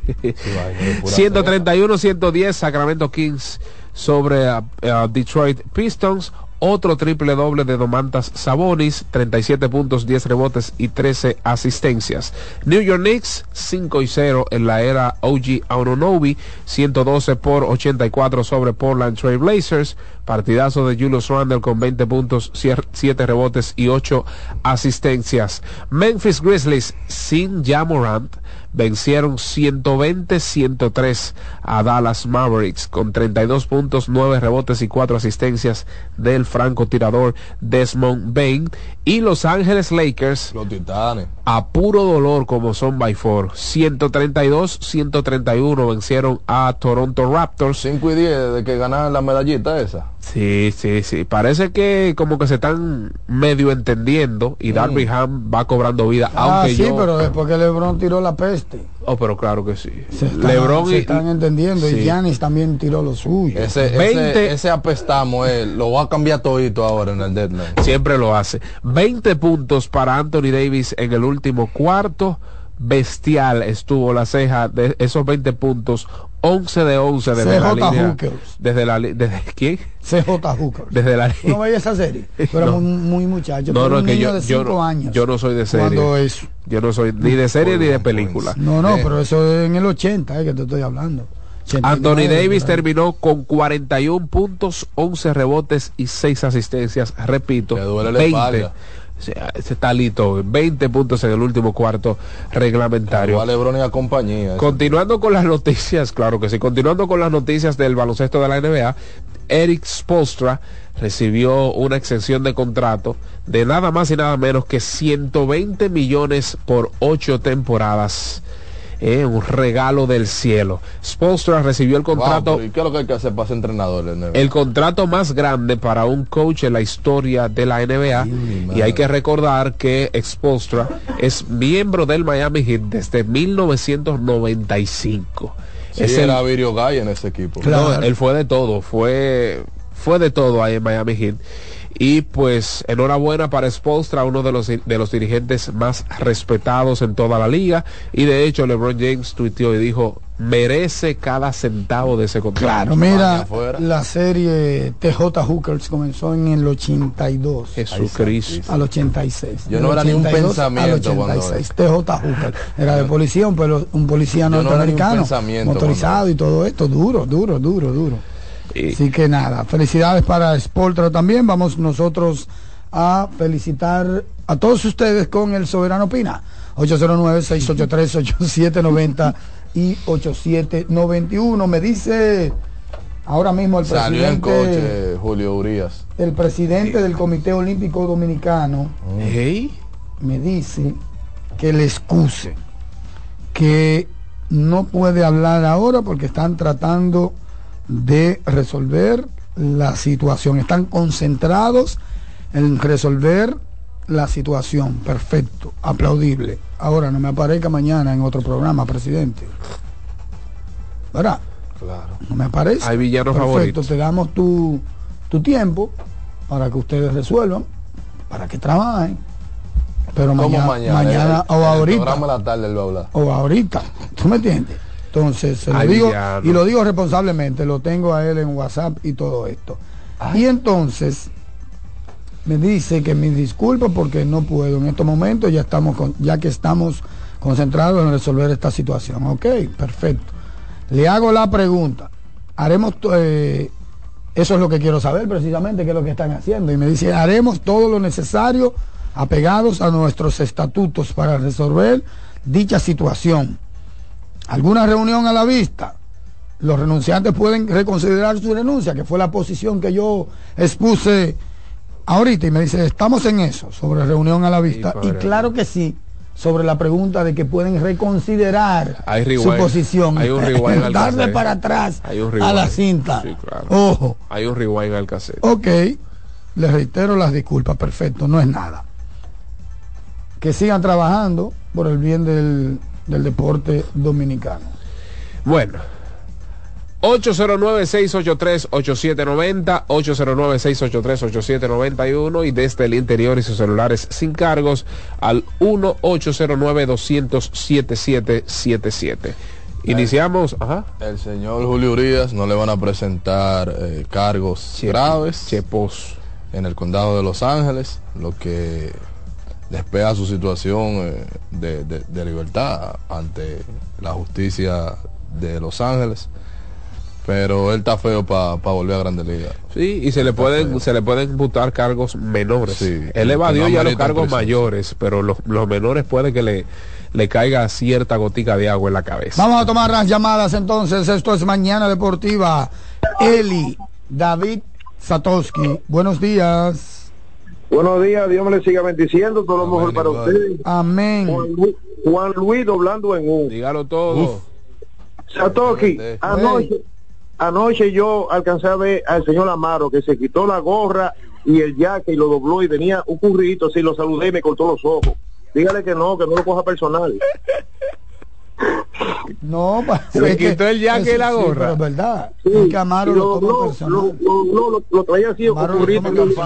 131-110 Sacramento Kings sobre Detroit Pistons. Otro triple doble de Domantas Sabonis, 37 puntos, 10 rebotes y 13 asistencias. New York Knicks 5-0 en la era OG Anunoby, 112-84 sobre Portland Trail Blazers. Partidazo de Julius Randle con 20 puntos, 7 rebotes y 8 asistencias. Memphis Grizzlies sin Ja Morant vencieron 120-103 a Dallas Mavericks con 32 puntos, 9 rebotes y 4 asistencias del francotirador Desmond Bane. Y Los Ángeles Lakers, los Titanes, a puro dolor como son by 4, 132-131 vencieron a Toronto Raptors. 5 y 10 de que ganaron la medallita esa. Sí, parece que como que se están medio entendiendo y Darby Ham va cobrando vida, aunque sí, pero después que LeBron tiró la peste. Oh, pero claro que sí. LeBron se están entendiendo, sí. Y Giannis también tiró lo suyo. Ese apestamo lo va a cambiar todito ahora en el deadline. Siempre lo hace. 20 puntos para Anthony Davis en el último cuarto. Bestial estuvo la ceja de esos 20 puntos. 11 de 11 desde la línea. ¿Desde quién? CJ Hookers. Desde la línea. ¿No veía esa serie? Pero no. muy muchacho. No, un que niño de 5 años. Yo no soy de serie. Yo no soy ni de serie ni de película. No, pero eso es en el 80, que te estoy hablando. 89, Anthony Davis terminó con 41 puntos, 11 rebotes y 6 asistencias. Repito, le duele 20. La espalda. Ese talito, 20 puntos en el último cuarto reglamentario. A LeBron y a compañía. Continuando con las noticias, claro que sí, continuando con las noticias del baloncesto de la NBA, Erik Spoelstra recibió una extensión de contrato de nada más y nada menos que 120 millones por 8 temporadas. Un regalo del cielo. Spoelstra recibió el contrato. ¿Y qué es lo que hay que hacer para ser entrenador? El contrato más grande para un coach en la historia de la NBA. Y hay que recordar que Spoelstra es miembro del Miami Heat desde 1995. Sí, era Virio Gay en ese equipo. Claro. No, él fue de todo. Fue de todo ahí en Miami Heat. Y pues enhorabuena para Spoelstra, uno de los dirigentes más respetados en toda la liga. Y de hecho LeBron James tuiteó y dijo, merece cada centavo de ese contrato. Claro, mira, la serie TJ Hookers comenzó en el 82. Jesucristo. Al 86. Yo no era ni un pensamiento al 86. TJ Hookers era de policía, un policía norteamericano, motorizado y todo esto, duro. Así que nada, felicidades para Spoelstra también. Vamos nosotros a felicitar a todos ustedes con el Soberano Opina. 809-683-8790 y 8791. Me dice ahora mismo el presidente. Salió en coche Julio Urías. El presidente del Comité Olímpico Dominicano me dice que le excuse, que no puede hablar ahora porque están tratando de resolver la situación, están concentrados en resolver la situación. Perfecto, aplaudible. Ahora no me aparezca mañana en otro programa, presidente, ¿verdad? Claro. No me aparece. Hay villanos favoritos. Te damos tu tiempo para que ustedes resuelvan, para que trabajen, pero mañana o ahorita, la tarde él va a hablar. O ahorita, ¿tú me entiendes? Entonces, se lo digo, y lo digo responsablemente, lo tengo a él en WhatsApp y todo esto. Y entonces me dice que me disculpa porque no puedo en estos momentos, ya que estamos concentrados en resolver esta situación. Ok, perfecto. Le hago la pregunta. Haremos eso es lo que quiero saber precisamente, qué es lo que están haciendo. Y me dice, haremos todo lo necesario apegados a nuestros estatutos para resolver dicha situación. ¿Alguna reunión a la vista? Los renunciantes pueden reconsiderar su renuncia, que fue la posición que yo expuse ahorita. Y me dice, estamos en eso, sobre reunión a la vista. Y claro que sí, sobre la pregunta de que pueden reconsiderar su posición. Hay un rewind darle para atrás a la cinta. Sí, claro. Ojo. Hay un rewind al cassette. Ok, les reitero las disculpas, perfecto, no es nada. Que sigan trabajando por el bien del deporte dominicano. Bueno, 809-683-8790, 809-683-8791 y desde el interior y sus celulares sin cargos al 1-809-200-7777. Iniciamos. Ajá. El señor Julio Urias no le van a presentar cargos graves en el condado de Los Ángeles, lo que despega su situación de libertad ante la justicia de Los Ángeles. Pero él está feo para volver a Grandes Ligas. Sí, y se le pueden imputar cargos menores. Sí, él evadió ya los cargos prisión, mayores, pero los menores puede que le caiga cierta gotica de agua en la cabeza. Vamos a tomar las llamadas entonces. Esto es Mañana Deportiva. Eli, David Satowski, buenos días. Buenos días, Dios me le siga bendiciendo, todo lo mejor para ustedes. Amén. Juan Luis doblando en un. Dígalo todo. Satowski, anoche yo alcancé a ver al señor Amaro que se quitó la gorra y el jaque y lo dobló y tenía un currito así, lo saludé y me cortó los ojos. Dígale que no lo coja personal. No, se quitó el jaque y la gorra. Sí, pero es verdad. Sí, que Amaro lo toma personal. Lo traía así con currito.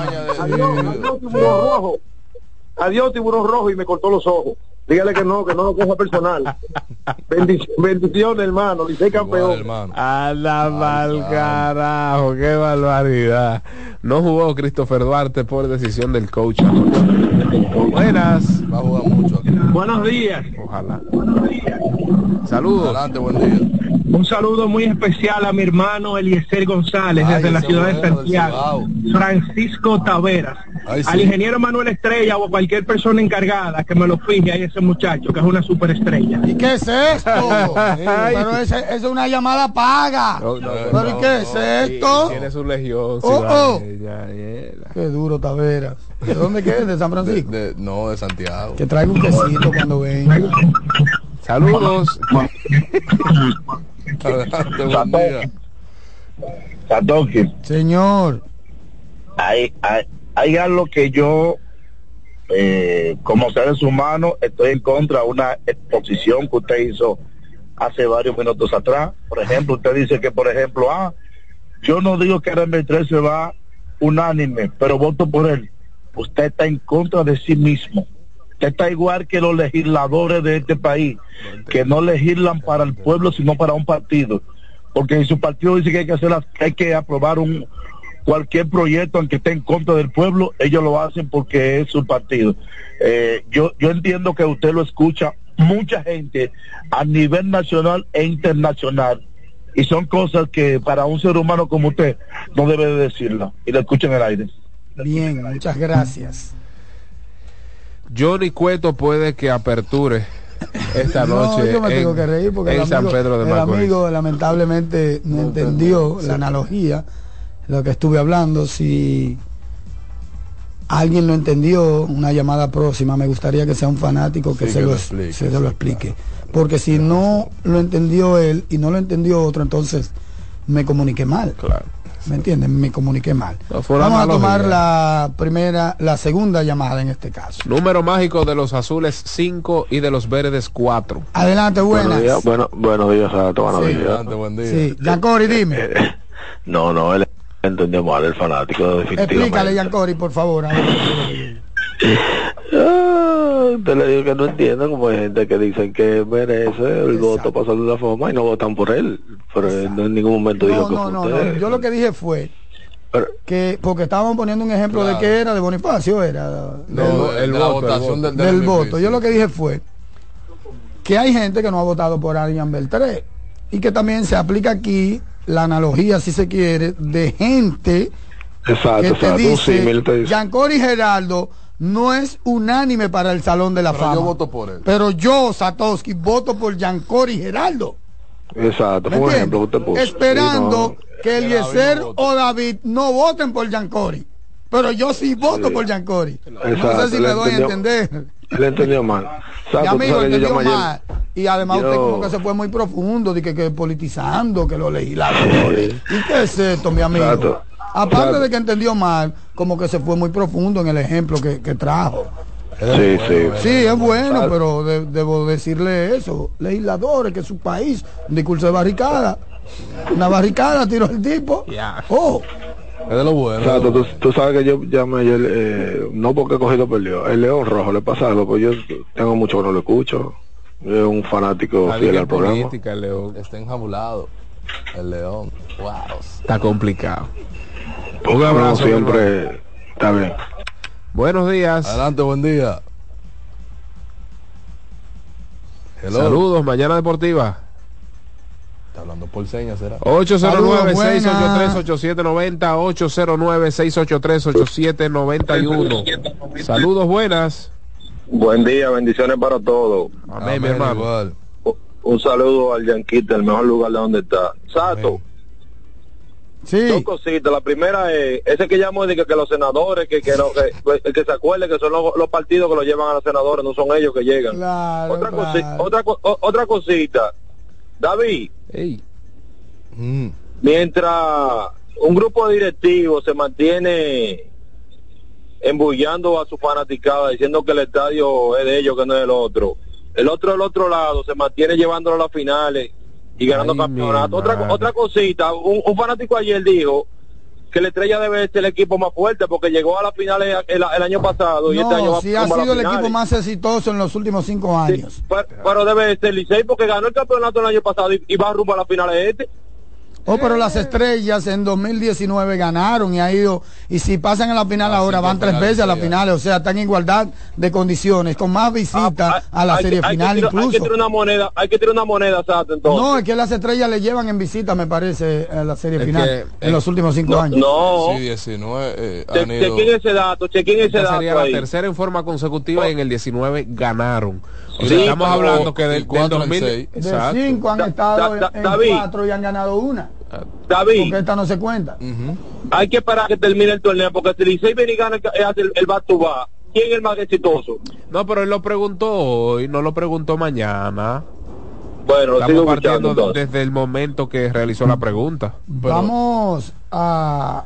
Adiós, tiburón rojo, y me cortó los ojos. Dígale que no lo coja personal. Bendiciones, hermano. Licey campeón. Anda mal carajo, qué barbaridad. No jugó Christopher Duarte por decisión del coach. Buenas. Va a jugar mucho aquí. Buenos días. Ojalá. Saludos. Adelante, buen día. Un saludo muy especial a mi hermano Eliezer González desde la ciudad de Santiago. Francisco Taveras. Al ingeniero Manuel Estrella o a cualquier persona encargada que me lo fije a ese muchacho que es una superestrella. ¿Y qué es esto? Pero esa es una llamada paga. ¿Pero y qué es esto? Tiene su legión. Qué duro Taveras. ¿De dónde quieres? ¿De San Francisco? No, de Santiago. Que traiga un quesito cuando venga. Saludos. Satowski. Señor. Hay algo que yo como seres humanos estoy en contra de una exposición que usted hizo hace varios minutos atrás. Por ejemplo, usted dice que, por ejemplo, yo no digo que el M3 se va unánime, pero voto por él. Usted está en contra de sí mismo. Usted está igual que los legisladores de este país, que no legislan para el pueblo, sino para un partido. Porque si su partido dice que hay que aprobar cualquier proyecto aunque esté en contra del pueblo, ellos lo hacen porque es su partido. Yo entiendo que usted lo escucha mucha gente a nivel nacional e internacional, y son cosas que para un ser humano como usted no debe de decirla, y lo escucha en el aire. Bien, muchas gracias. Johnny Cueto puede que aperture esta noche yo me tengo que reír porque en San Pedro de Macorís. El amigo lamentablemente no entendió la analogía, lo que estuve hablando. Si alguien lo entendió, una llamada próxima, me gustaría que sea un fanático que se lo explique. Porque si no lo entendió él y no lo entendió otro, entonces me comuniqué mal. Claro. ¿Me entienden? Me comuniqué mal. Vamos a tomar la segunda llamada en este caso. Número mágico de los azules 5 y de los verdes 4. Adelante, buenas. Buenos días, buenos días. Adelante, buen día. Sí, Yancori, dime. No, él entendió mal, el fanático, definitivamente. Explícale, Yancori, por favor. Te le digo que no entiendo, como hay gente que dicen que merece el voto para salir de la forma y no votan por él, pero no en ningún momento dijo que no, yo lo que dije fue que, porque estábamos poniendo un ejemplo de que era de Bonifacio, del voto. Yo lo que dije fue que hay gente que no ha votado por Adrián Beltré y que también se aplica aquí la analogía, si se quiere, de gente que te dice Yancori Geraldo no es unánime para el Salón de la Fama. Yo voto por él. Pero yo, Satowski, voto por Yancori Geraldo. Exacto, por ejemplo, usted puso. Esperando que Eliezer o David no voten por Yancori. Pero yo sí voto por Yancori. No sé si me doy a entender. Él entendió mal. Mi amigo entendió mal. Y además usted como que se fue muy profundo, de que politizando, que los legisladores. ¿Y qué es esto, mi amigo? Exacto. Aparte de que entendió mal, como que se fue muy profundo en el ejemplo que trajo. Sí, es bueno, pero debo decirle eso. Legisladores, que su país, un discurso de barricada. Una barricada, tiró el tipo. Oh. Es de lo bueno. Exacto, tú sabes que yo llamé ayer, no porque cogido perdió, el León Rojo le pasa algo, pues yo tengo mucho que no lo escucho. Yo soy un fanático fiel al programa. El León está enjabulado. El León, wow. Está complicado. Un abrazo. Siempre está bien. Buenos días. Adelante, buen día. Hello. Saludos, Mañana Deportiva. Está hablando por señas, ¿será? 809-683-8790, 809-683-8791. Saludos, buenas. Buen día, bendiciones para todos. Amén, mi hermano. Igual. Un saludo al Yanquita, el mejor lugar de donde está. Sato. Sí. Dos cositas. La primera es, ese que llamó de que los senadores, que se acuerde que son los partidos que lo llevan a los senadores, no son ellos que llegan. Claro, otra cosita. David. Hey. Mientras un grupo de directivos se mantiene embullando a su fanaticada diciendo que el estadio es de ellos, que no es del otro, el otro del otro lado se mantiene llevándolo a las finales y ganando campeonatos. Otra cosita, un fanático ayer dijo que la Estrella debe ser el equipo más fuerte porque llegó a las finales el año pasado y este año va ha sido el equipo más exitoso en los últimos 5 años. Sí, pero debe ser Licey porque ganó el campeonato el año pasado y va rumbo a las finales este. Pero las Estrellas en 2019 ganaron y ha ido, y si pasan a la final ahora van 3 veces a las finales, o sea, están en igualdad de condiciones, con más visitas a la serie final incluso. Hay que tirar una moneda, Sato, entonces. No, es que las Estrellas le llevan en visita, me parece, a la serie final en los últimos 5 años. No. Sí, 19 chequen ese dato, sería la tercera en forma consecutiva y en el 19 ganaron. O sea, estamos hablando que del 2006 de 5 han estado en 4 y han ganado una. David, porque esta no se cuenta. Hay que esperar que termine el torneo porque si Licey viene y gana el back to back, ¿quién es el más exitoso? No, pero él lo preguntó hoy, no lo preguntó mañana. Bueno, estamos partiendo desde el momento que realizó la pregunta. Vamos a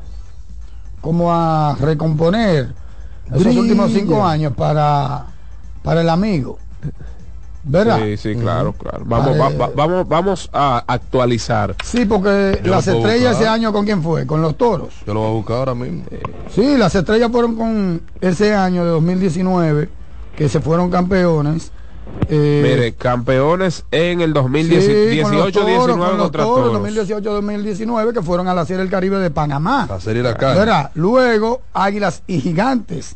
recomponer esos últimos 5 años para el amigo, ¿verdad? Sí, claro. Vamos a actualizar. Sí, porque las Estrellas ese año, ¿con quién fue? Con los Toros. Yo lo voy a buscar ahora mismo. Sí, las Estrellas fueron con ese año de 2019, que se fueron campeones. Mire, campeones en el 2018-19 contra Toros. 2018-2019, que fueron a la Serie del Caribe de Panamá. La Serie de la Calle. ¿Verdad? Luego, Águilas y Gigantes.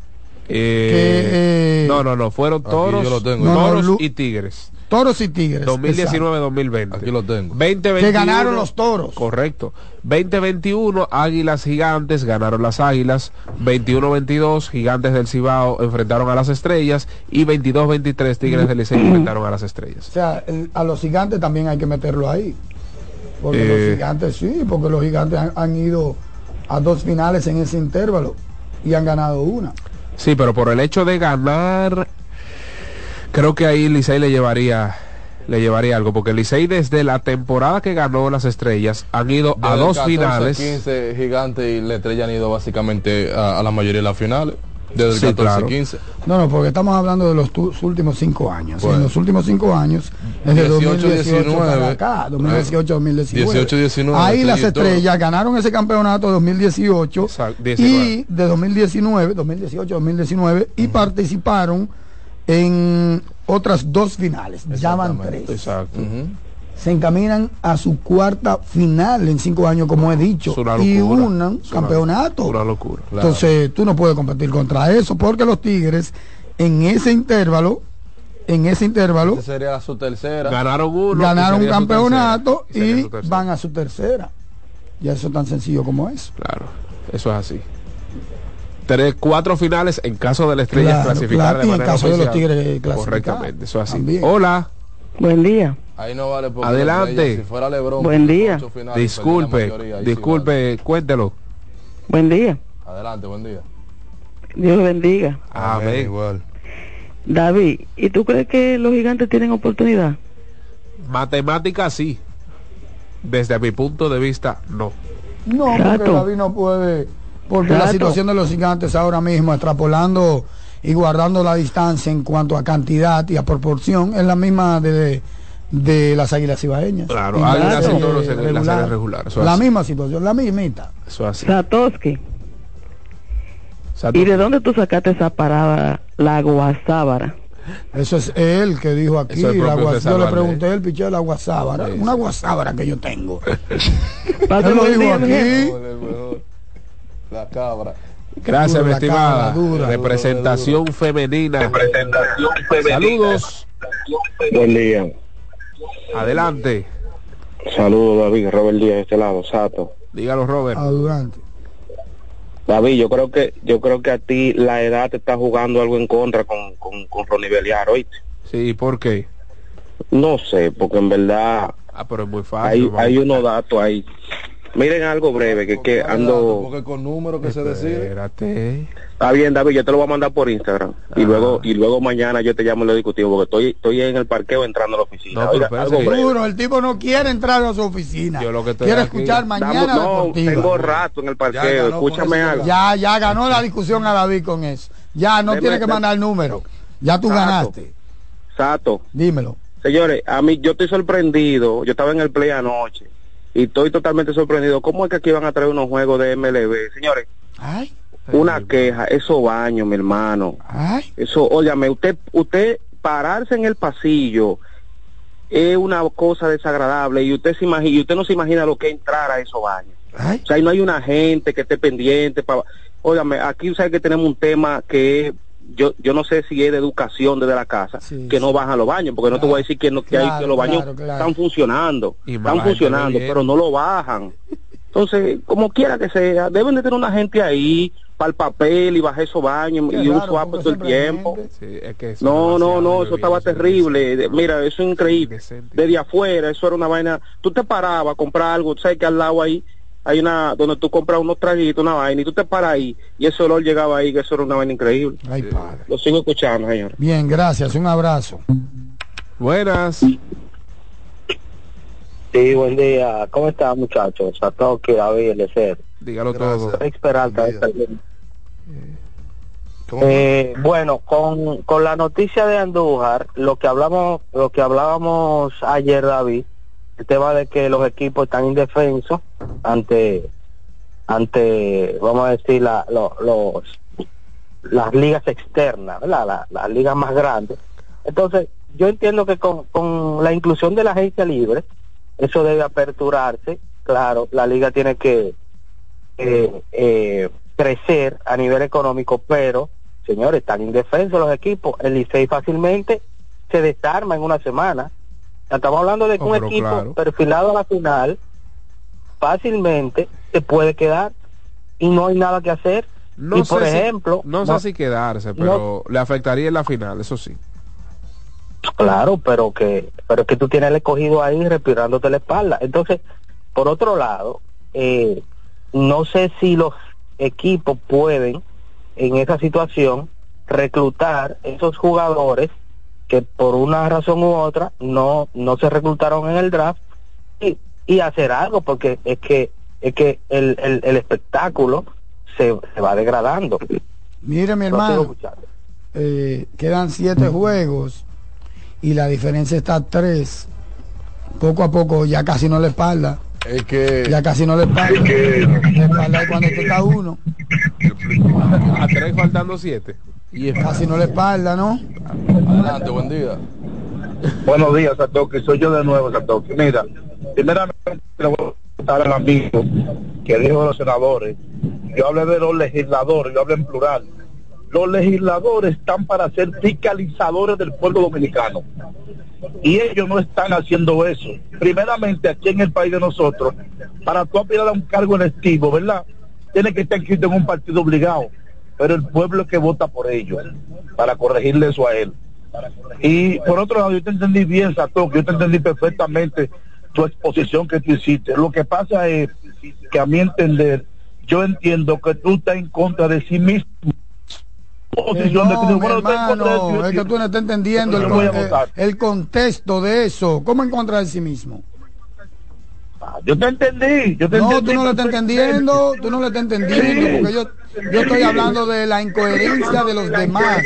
No, fueron Toros, Toros y Tigres. Toros y Tigres. 2019-2020. Aquí lo tengo. 2021, que ganaron los Toros. Correcto. 2021, Águilas Gigantes, ganaron las Águilas. 21-22, Gigantes del Cibao enfrentaron a las Estrellas. Y 22-23, Tigres del Licey enfrentaron a las Estrellas. O sea, a los Gigantes también hay que meterlo ahí. Porque los Gigantes porque los Gigantes han ido a 2 finales en ese intervalo y han ganado una. Sí, pero por el hecho de ganar, creo que ahí Licey le llevaría algo, porque Licey desde la temporada que ganó las Estrellas han ido a 2 finales. 15 Gigantes y la Estrella han ido básicamente a la mayoría de las finales. Desde el 14-15. No, porque estamos hablando de los últimos 5 años. Bueno. En los últimos 5 años, desde 2018 para acá, 2018-2019. Ahí las Estrellas ganaron ese campeonato de 2018 y de 2018-2019 y participaron en otras 2 finales. Ya van 3. Exacto. Se encaminan a su 4ª final en 5 años, como he dicho, y un campeonato. Una locura. Claro. Entonces tú no puedes competir contra eso, porque los Tigres en ese intervalo sería su tercera. Ganaron un campeonato y van a su tercera. Ya eso es tan sencillo como eso. Claro, eso es así. 4 finales en caso de la Estrella clasificar de manera oficial. De los Tigres correctamente, eso es así. También. Hola. Buen día. Ahí no vale porque adelante. Si fuera LeBron, buen día. Finales, disculpe, cuéntelo. Buen día. Adelante, buen día. Dios bendiga. Amén. Igual. David, ¿y tú crees que los Gigantes tienen oportunidad? Matemática sí. Desde mi punto de vista, no. No, porque David no puede, porque la situación de los Gigantes ahora mismo, extrapolando y guardando la distancia en cuanto a cantidad y a proporción, es la misma de las Águilas Ibaeñas. Claro, Águilas y Toros en la serie regular. La misma situación, la mismita. Eso así. Satoshi. ¿Y de dónde tú sacaste esa parada, la guasábara? Eso es él que dijo aquí. Yo le pregunté el picheo de la guasábara. Una guasábara que yo tengo. Él lo dijo aquí. La cabra. Gracias, mi estimada. Representación femenina. Saludos. Buen día. Adelante. Saludos, David. Robert Díaz de este lado, Sato. Dígalo, Robert. Adelante. David, yo creo que a ti la edad te está jugando algo en contra con Ronnie Beliar, ¿oíste? Sí, ¿por qué? No sé, porque en verdad pero es muy fácil. Hay unos datos ahí. Miren algo breve, que ando... Porque con números que se decide. Espérate. Está bien, David, yo te lo voy a mandar por Instagram. Y luego mañana yo te llamo y lo discutimos, porque estoy en el parqueo entrando a la oficina. No, Oiga, algo breve. El tipo no quiere entrar a su oficina. Yo lo que quiere escuchar mañana Deportiva. Tengo rato en el parqueo, escúchame algo. Ya ganó la discusión a David con eso. Ya no tiene que mandar el número. Ya tú ganaste. Sato. Dímelo. Señores, a mí yo estoy sorprendido. Yo estaba en el play anoche y estoy totalmente sorprendido. ¿Cómo es que aquí van a traer unos juegos de MLB? Señores, una queja, esos baños, mi hermano. Eso, óyame, usted pararse en el pasillo es una cosa desagradable y usted no se imagina lo que es entrar a esos baños. O sea, ahí no hay una gente que esté pendiente. Óyame, aquí sabe que tenemos un tema que es, yo no sé si es de educación desde la casa, que no bajan los baños, porque no te voy a decir que los baños están funcionando, pero no lo bajan. Entonces, como quiera que sea, deben de tener una gente ahí para el papel y bajar esos baños y un swap todo el tiempo. Sí, es que no, eso estaba terrible. Mira, eso es increíble. Desde afuera, eso era una vaina. Tú te parabas a comprar algo, sabes que al lado ahí hay una donde tú compras unos traguitos, una vaina, y tú te paras ahí y ese olor llegaba ahí, que eso era una vaina increíble. Ay, padre. Lo sigo escuchando, señor. Bien, gracias, un abrazo. Buenas. Sí, buen día. ¿Cómo están, muchachos? Satoshi, David, Eliezer. Dígalo todo. Peralta. Bueno, con la noticia de Andújar, lo que hablábamos ayer, David, el tema de que los equipos están indefensos ante vamos a decir las ligas externas, ¿verdad? Las ligas más grandes. Entonces, yo entiendo que con la inclusión de la agencia libre, eso debe aperturarse. Claro, la liga tiene que crecer a nivel económico, pero, señores, están indefensos los equipos. El Licey fácilmente se desarma en una semana. Estamos hablando de que un equipo perfilado a la final fácilmente se puede quedar y no hay nada que hacer. No, y por ejemplo, no sé si quedarse, pero le afectaría en la final, eso sí. Claro, pero que tú tienes el escogido ahí respirándote la espalda. Entonces, por otro lado, no sé si los equipos pueden en esa situación reclutar esos jugadores que por una razón u otra no se reclutaron en el draft y hacer algo, porque es que el espectáculo se va degradando. Mire, mi hermano, quedan 7 juegos y la diferencia está 3. Poco a poco ya casi no le espalda. Ya casi no le espalda. Le espalda es cuando está 1. A 3 faltando 7. Casi no le espalda, ¿no? Adelante, buen día. Buenos días, Satoshi. Soy yo de nuevo, Satoshi. Mira, primeramente le voy a contar al amigo que dijo de los senadores. Yo hablé de los legisladores, yo hablé en plural. Los legisladores están para ser fiscalizadores del pueblo dominicano. Y ellos no están haciendo eso. Primeramente, aquí en el país de nosotros, para tú aspirar a un cargo electivo, ¿verdad? Tienes que estar inscrito en un partido obligado. Pero el pueblo es que vota por ellos, para corregirle eso a él. Y por otro lado, yo te entendí bien, Satoshi, yo te entendí perfectamente tu exposición que tú hiciste. Lo que pasa es que a mi entender, yo entiendo que tú estás en contra de sí mismo. Hermano, es que tú no estás entendiendo el contexto de eso. ¿Cómo en contra de sí mismo? Yo te entendí. Tú no lo estás entendiendo, porque yo estoy hablando de la incoherencia de los demás.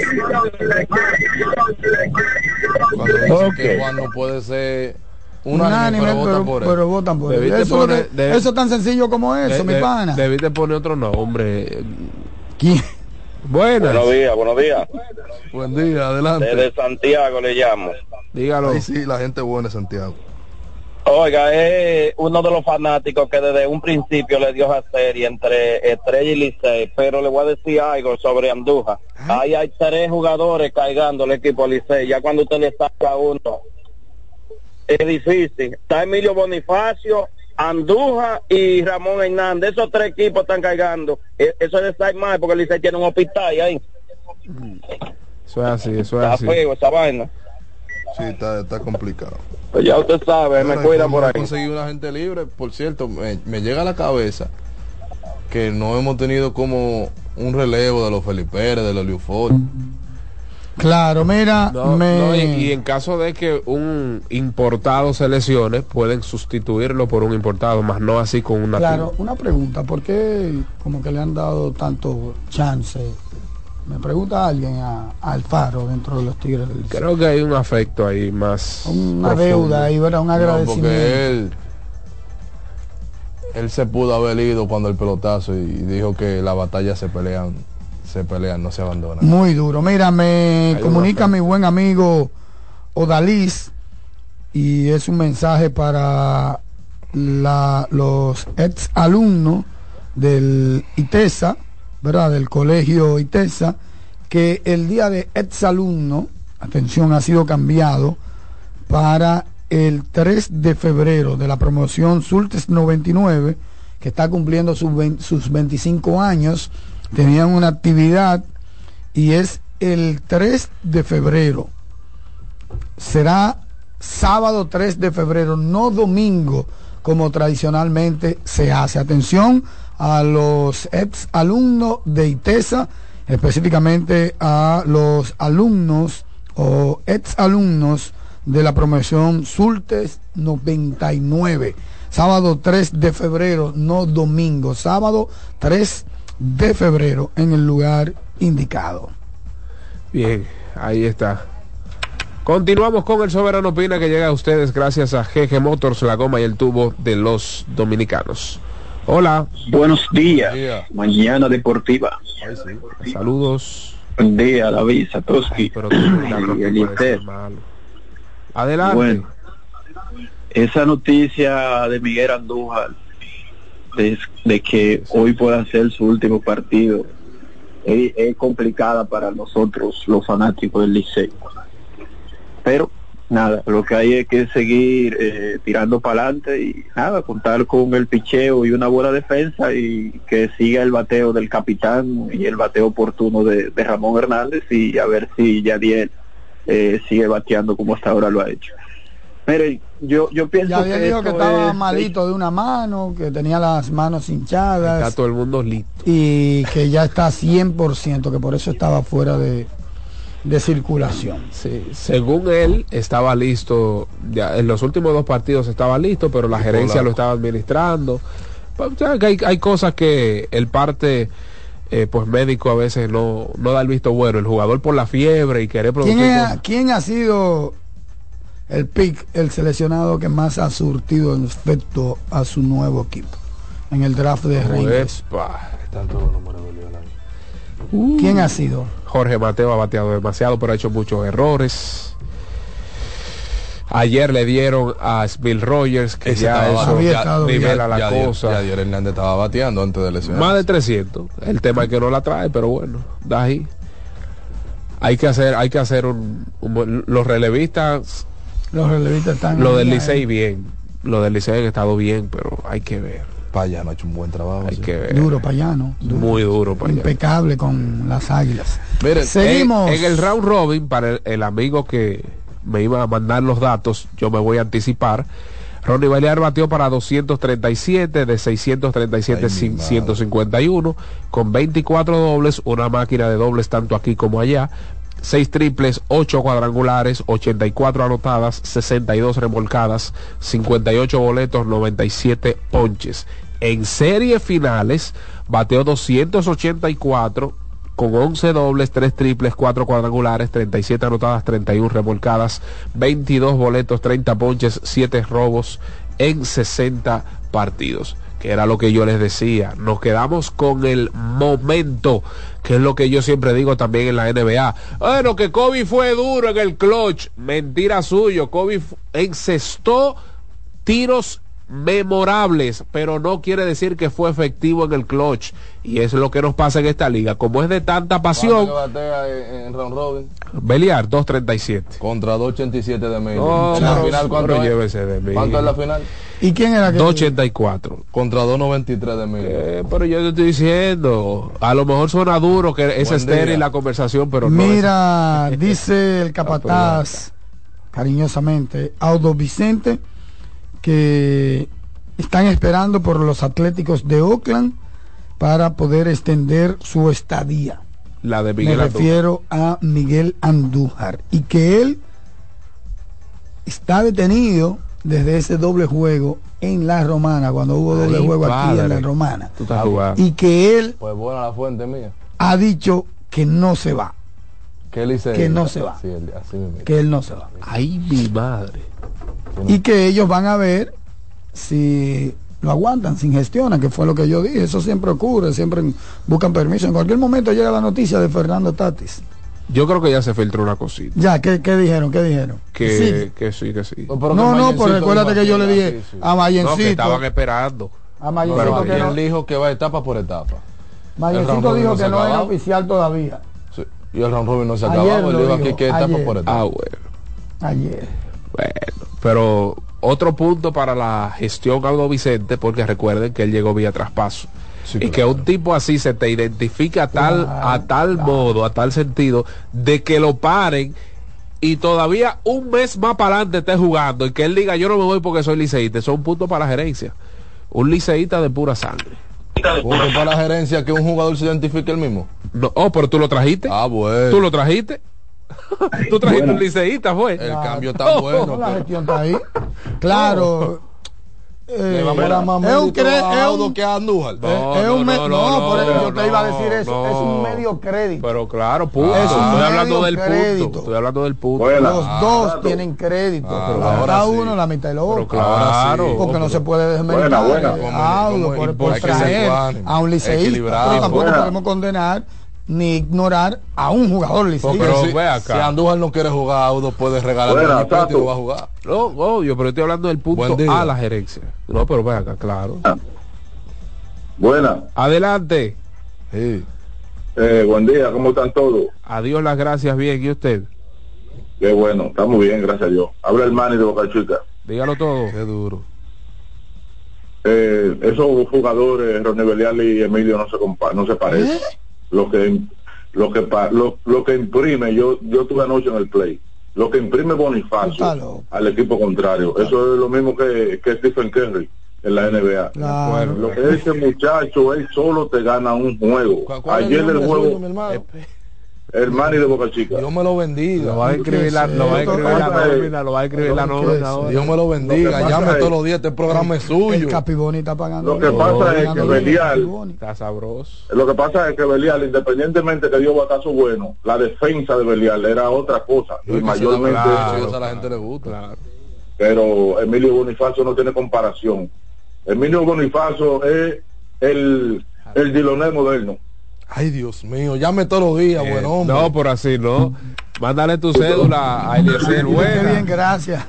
Cuando dicen que Juan no puede ser unánime, pero votan por él. Eso es tan sencillo como eso, mi pana. Debiste poner otro nombre. ¿Quién? Buenos días. Buen día, adelante. Desde Santiago le llamo. Dígalo. Ay, sí, la gente buena de Santiago. Oiga, es uno de los fanáticos que desde un principio le dio a serie entre Estrella y Licey, pero le voy a decir algo sobre Andújar. Ahí hay 3 jugadores cargando el equipo Licey, ya cuando usted le saca uno, es difícil. Está Emilio Bonifacio, Andújar y Ramón Hernández, esos 3 equipos están cargando. Eso es estar mal porque el Licey tiene un hospital ahí. Eso es así, Está feo esa vaina. Sí, está complicado. Pues ya usted sabe, me cuida por ahí. Conseguir una gente libre, por cierto, me llega a la cabeza que no hemos tenido como un relevo de los Felipe Pérez, de los Liu Ford. Claro, mira, y en caso de que un importado se lesione, pueden sustituirlo por un importado, más no así con una. Claro, una pregunta, ¿por qué como que le han dado tanto chance? Me pregunta alguien a Alfaro dentro de los Tigres del Licey. Creo que hay un afecto ahí más. Una deuda ahí, ¿verdad? Un agradecimiento. Porque él se pudo haber ido cuando el pelotazo y dijo que las batallas se pelean, no se abandonan. Muy duro. Mira, me comunica mi buen amigo Odalis y es un mensaje para los ex alumnos del ITESA, ¿verdad? Del colegio ITESA, que el día de exalumno, atención, ha sido cambiado para el 3 de febrero de la promoción Sultes 99, que está cumpliendo sus 25 años. Tenían una actividad y es el 3 de febrero. Será sábado 3 de febrero, no domingo, como tradicionalmente se hace. Atención a los ex alumnos de ITESA, específicamente a los alumnos o ex alumnos de la promoción Sultes 99. Sábado 3 de febrero, no domingo, sábado 3 de febrero en el lugar indicado. Bien, ahí está. Continuamos con el Soberano Opina, que llega a ustedes gracias a GG Motors, la goma y el tubo de los dominicanos. Hola. Buenos días. Mañana deportiva. Ay, sí. Saludos. Buen día, David Satoshi. Y Eliezer. Adelante. Bueno, esa noticia de Miguel Andújar de que hoy pueda ser su último partido es complicada para nosotros los fanáticos del Licey, pero nada, lo que hay es que seguir tirando para adelante y nada, contar con el picheo y una buena defensa y que siga el bateo del capitán y el bateo oportuno de Ramón Hernández, y a ver si Yadiel sigue bateando como hasta ahora lo ha hecho. Miren, yo pienso Yadiel dijo que estaba malito de una mano, que tenía las manos hinchadas. Está todo el mundo listo. Y que ya está 100%, que por eso estaba fuera de circulación. Sí, según él estaba listo, ya en los últimos 2 partidos estaba listo, pero la gerencia lo estaba administrando. Pues, ya que hay cosas que el parte pues médico a veces no da el visto bueno. El jugador por la fiebre y querer producir. ¿Quién ha sido el pick, el seleccionado que más ha surtido en efecto a su nuevo equipo en el draft de Reyes? ¿Quién ha sido? Jorge Mateo ha bateado demasiado, pero ha hecho muchos errores. Ayer le dieron a Bill Rogers, que ya eso nivela la cosa. Yadier Hernández estaba bateando antes de lesionar. Más de 300. El tema es que no la trae, pero bueno, da ahí. Hay que hacer los relevistas. Los relevistas están. Lo del Licey bien. Lo del Licey ha estado bien, pero hay que ver. Payano ha hecho un buen trabajo. Hay que ver. Duro Payano. Muy duro Payano. Impecable con las Águilas. Miren, seguimos. En el round robin, para el amigo que me iba a mandar los datos, yo me voy a anticipar. Ronnie Balear batió para 237, de 637 151, con 24 dobles, una máquina de dobles tanto aquí como allá. 6 triples, 8 cuadrangulares, 84 anotadas, 62 remolcadas, 58 boletos, 97 ponches. En series finales bateó 284 con 11 dobles, 3 triples, 4 cuadrangulares, 37 anotadas, 31 remolcadas, 22 boletos, 30 ponches, 7 robos en 60 partidos. Que era lo que yo les decía, nos quedamos con el momento, que es lo que yo siempre digo también en la NBA. Bueno, que Kobe fue duro en el clutch, mentira suyo. Kobe encestó tiros memorables, pero no quiere decir que fue efectivo en el clutch, y es lo que nos pasa en esta liga, como es de tanta pasión. Batea en round robin? Beliar 2.37 contra 2.87 de Miller. No, en la final, ¿cuánto es? ¿Cuánto es la final? ¿Y quién era que 2.84 contra 2.93 de Miller? Pero yo te estoy diciendo, a lo mejor suena duro que es estéril la conversación, pero mira, no es... dice el capataz cariñosamente, Audo Vicente, que están esperando por los Atléticos de Oakland para poder extender su estadía. La de Miguel Me refiero a Miguel Andújar, y que él está detenido desde ese doble juego en la Romana, cuando hubo doble juego aquí en la Romana, y que él pues buena la fuente mía ha dicho que no se va, que él no se va, sí, así que él no se va. Ay, mi madre. Y que ellos van a ver si lo aguantan, sin gestionan, que fue lo que yo dije. Eso siempre ocurre, siempre buscan permiso. En cualquier momento llega la noticia de Fernando Tatis. Yo creo que ya se filtró una cosita. Ya, ¿qué dijeron? Que sí. No, pues recuérdate que yo le dije a Mayencito. No, que estaban esperando. A Mayencito, pero él dijo que va etapa por etapa. Mayencito dijo que no era oficial todavía. Sí. Y el round robin no se acababa. Él dijo aquí que etapa por etapa. Ayer. Bueno, pero otro punto para la gestión Audo Vicente, porque recuerden que él llegó vía traspaso. Sí, y que un tipo así se te identifica a tal modo, a tal sentido, de que lo paren y todavía un mes más para adelante esté jugando, y que él diga yo no me voy porque soy liceísta. Eso es un punto para la gerencia. Un liceísta de pura sangre. Punto para la gerencia que un jugador se identifique el mismo. No, pero tú lo trajiste. Bueno. Tú lo trajiste. Tú trajiste un liceísta, fue. El cambio está bueno. La gestión está ahí. Claro. Le vamos a dar más mérito que a Andújar. Yo te iba a decir eso. Es un medio crédito. Pero claro, punto. Estoy hablando del punto. Estoy hablando del punto. Bueno, los dos tienen crédito. Cada uno la mitad y lo otro. Claro. Porque no se puede desmeritar por traer a un liceísta. Pero tampoco podemos condenar ni ignorar a un jugador liceísta. Pero si Andújar no quiere jugar, Audo puede regalarle el respeto y lo va a jugar. No, obvio, pero estoy hablando del punto a la gerencia. No, pero ve acá, claro. Buena. Adelante. Sí. Buen día, ¿cómo están todos? Adiós, las gracias, bien, ¿y usted? Qué bueno, estamos bien, gracias a Dios. Habla el Manny de Boca Chica. Dígalo todo. Qué duro. Esos jugadores, Ronnie Belial y Emilio, no se parecen. Lo que imprime, yo estuve anoche en el play, lo que imprime Bonifacio al equipo contrario, eso es lo mismo que Stephen Curry en la NBA. Claro. Lo que ese muchacho, él solo te gana un juego. Ayer el juego el Manny de Boca Chica. Dios me lo bendiga. Lo va a escribir la nómina. Dios me lo bendiga. Llame todos los días, este programa es suyo. El Capiboni está pagando. Lo que pasa es que Belial está sabroso. Lo que pasa es que Belial, independientemente que dio batazo bueno, la defensa de Belial era otra cosa. Y mayormente eso a la gente le gusta. Claro. Pero Emilio Bonifacio no tiene comparación. Emilio Bonifacio es el Diloné moderno. Ay, Dios mío, llame todos los días, buen hombre. No, por así, no. Mándale tu cédula a Eliezer. Buena. Bien, gracias.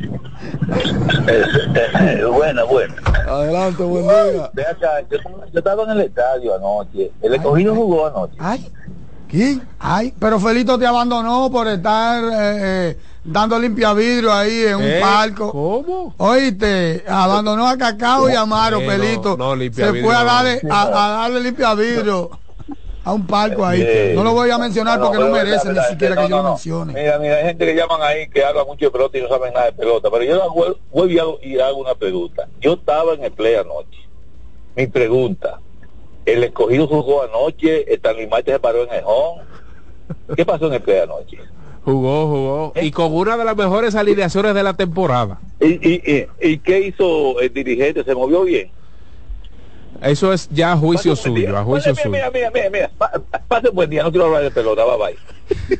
Buena. Adelante, buen día. Ve acá, yo estaba en el estadio anoche. El escogido jugó anoche. ¿Quién? Pero Felito te abandonó por estar dando limpiavidrio ahí en un palco. ¿Cómo? Oíste, abandonó a Cacao y a Amaro, Felito. No, se fue a darle limpiavidrio a un palco ahí. No lo voy a mencionar porque no merece ni siquiera que yo lo mencione. Mira, hay gente que llaman ahí que habla mucho de pelota y no saben nada de pelota, pero yo voy y hago una pregunta. Yo estaba en el play anoche. Mi pregunta, el escogido jugó anoche, Stanley Marte se paró en el home, ¿Qué pasó en el play anoche? Jugó. Y con una de las mejores alineaciones de la temporada. ¿Y qué hizo el dirigente? ¿Se movió bien? Eso es ya a juicio suyo, a juicio suyo. Mira. Pase un buen día, no quiero hablar de pelota, bye.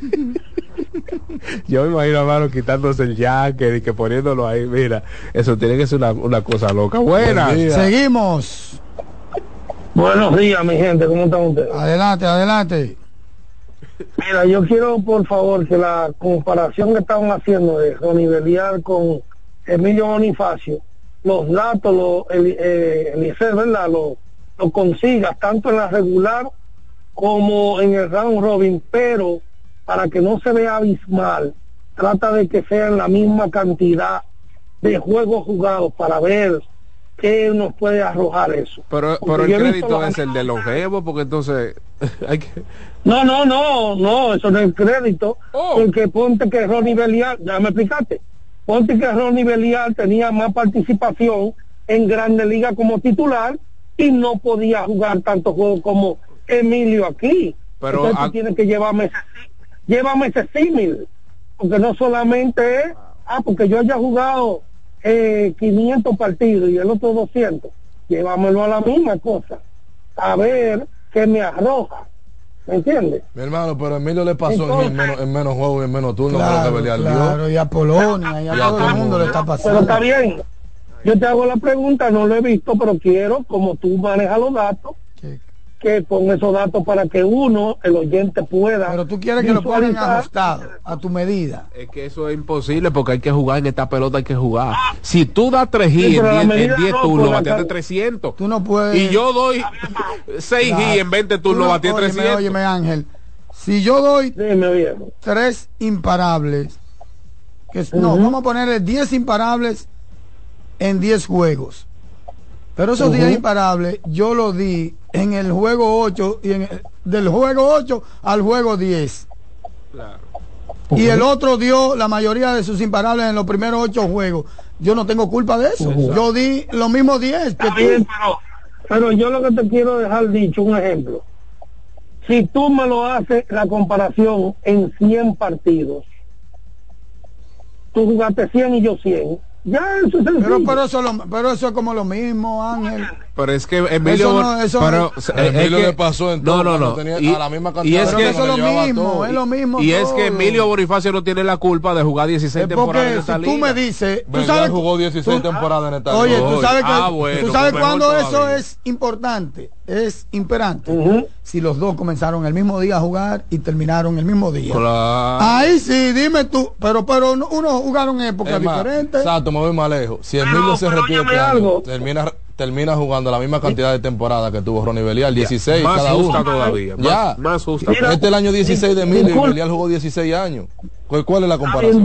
Yo me imagino a Mano quitándose el jacket y que poniéndolo ahí, mira, eso tiene que ser una cosa loca. Buenas. Seguimos. Buenos días, mi gente, ¿cómo están ustedes? Adelante. Mira, yo quiero, por favor, que la comparación que estaban haciendo de Ronnie Belial con Emilio Bonifacio, los datos, Eliezer, ¿verdad? Lo consigas, tanto en la regular como en el round robin, pero para que no se vea abismal, trata de que sean la misma cantidad de juegos jugados para ver qué nos puede arrojar eso. Pero el crédito es el de longevo, porque entonces hay que... No, eso no es crédito, porque ponte que Ronnie Belial, ya me explicaste, ponte que Ronnie Belial tenía más participación en Grandes Ligas como titular y no podía jugar tantos juegos como Emilio aquí. Pero entonces tú tienes que llévame ese símil, porque no solamente es, porque yo haya jugado 500 partidos y el otro 200, llévamelo a la misma cosa, a ver qué me arroja. ¿Me entiendes? Mi hermano, pero a Emilio le pasó en menos juegos y en menos turnos. Claro, y a Polonia, y a todo el mundo le está pasando. Pero está bien, yo te hago la pregunta, no lo he visto, pero quiero, como tú manejas los datos, que pon esos datos para que el oyente pueda. Pero tú quieres que lo pongan ajustado a tu medida. Es que eso es imposible, porque hay que jugar en esta pelota, hay que jugar. Si tú das 3 hits en 10 turnos, bateaste 300. Tú no puedes. Y yo doy 6 hits en 20 turnos, bateé 300. Óyeme, Ángel, si yo doy 3 imparables, vamos a ponerle 10 imparables en 10 juegos. Pero esos 10 imparables yo los di en el juego 8 y del juego 8 al juego 10. Claro. Y el otro dio la mayoría de sus imparables en los primeros 8 juegos. Yo no tengo culpa de eso. Yo di los mismos 10 que tú. Pero yo lo que te quiero dejar dicho, un ejemplo. Si tú me lo haces la comparación en 100 partidos, tú jugaste 100 y yo 100. Ya, eso es pero eso es como lo mismo, Ángel. Pero es que Emilio Emilio le pasó en todo. No. Tenía a la misma cantidad. Y es que eso es lo mismo. Y es que Emilio Bonifacio no tiene la culpa de jugar 16 temporadas en esta liga. Tú me dices, tú sabes, jugó 16 temporadas en esta liga. Oye, tú sabes cuándo eso es importante, es imperante. Si los dos comenzaron el mismo día a jugar y terminaron el mismo día. Claro. Ahí sí, dime tú, pero uno jugaron en épocas diferentes. Exacto, me voy más lejos. Si Emilio se retira este año, termina jugando la misma cantidad de temporadas que tuvo Ronnie Belial, 16 más cada justa uno. Todavía. Ya, más justa. Este es el año 16 de Emilio y Belial jugó 16 años. ¿Cuál es la comparación?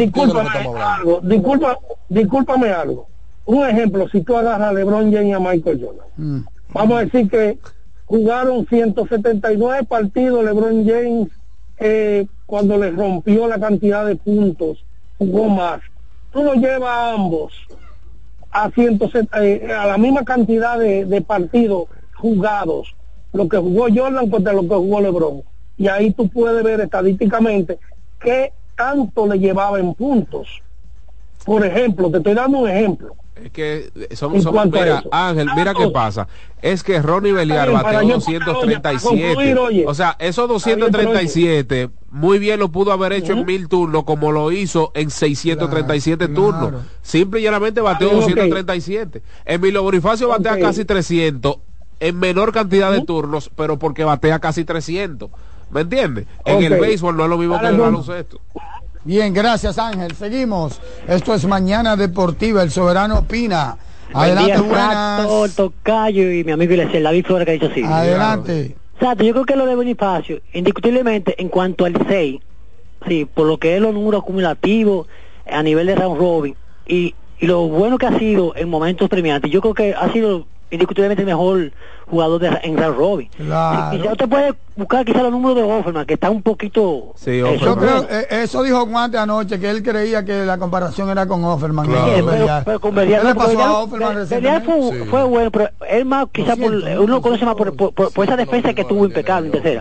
Discúlpame algo. Un ejemplo, si tú agarras a LeBron James y a Michael Jordan, vamos a decir que jugaron 179 partidos LeBron James, cuando les rompió la cantidad de puntos, jugó más. Tú lo llevas a ambos a la misma cantidad de partidos jugados, lo que jugó Jordan contra lo que jugó LeBron, y ahí tú puedes ver estadísticamente qué tanto le llevaba en puntos. Por ejemplo, te estoy dando un ejemplo. Es que mira, Ángel, mira qué pasa. Es que Ronnie Belial bateó 237. O sea, esos 237 muy bien lo pudo haber hecho en 1000 turnos, como lo hizo en 637 turnos. Simple y llanamente bateó 237. Emilio Bonifacio batea casi 300 en menor cantidad de turnos, pero porque batea casi 300. ¿Me entiendes? En el béisbol no es lo mismo que en el baloncesto. Bien, gracias, Ángel. Seguimos. Esto es Mañana Deportiva. El Soberano opina. Adelante, buenas. Tocayo y mi amigo David Flores, que ha dicho sí. Adelante. Exacto, yo creo que lo de Bonifacio, indiscutiblemente, en cuanto al 6, sí, por lo que es los números acumulativos a nivel de round robin y lo bueno que ha sido en momentos premiantes, yo creo que ha sido indiscutiblemente el mejor jugador en round robin. Claro. Y ya usted puede buscar quizá los números de Offerman, que está un poquito... Sí, yo creo, eso dijo Juan de anoche, que él creía que la comparación era con Offerman. Claro. Pero con Belial, ¿qué le pasó a Offerman recientemente? fue bueno, pero él más, quizá uno lo conoce más por esa defensa que tuvo impecable en tercera.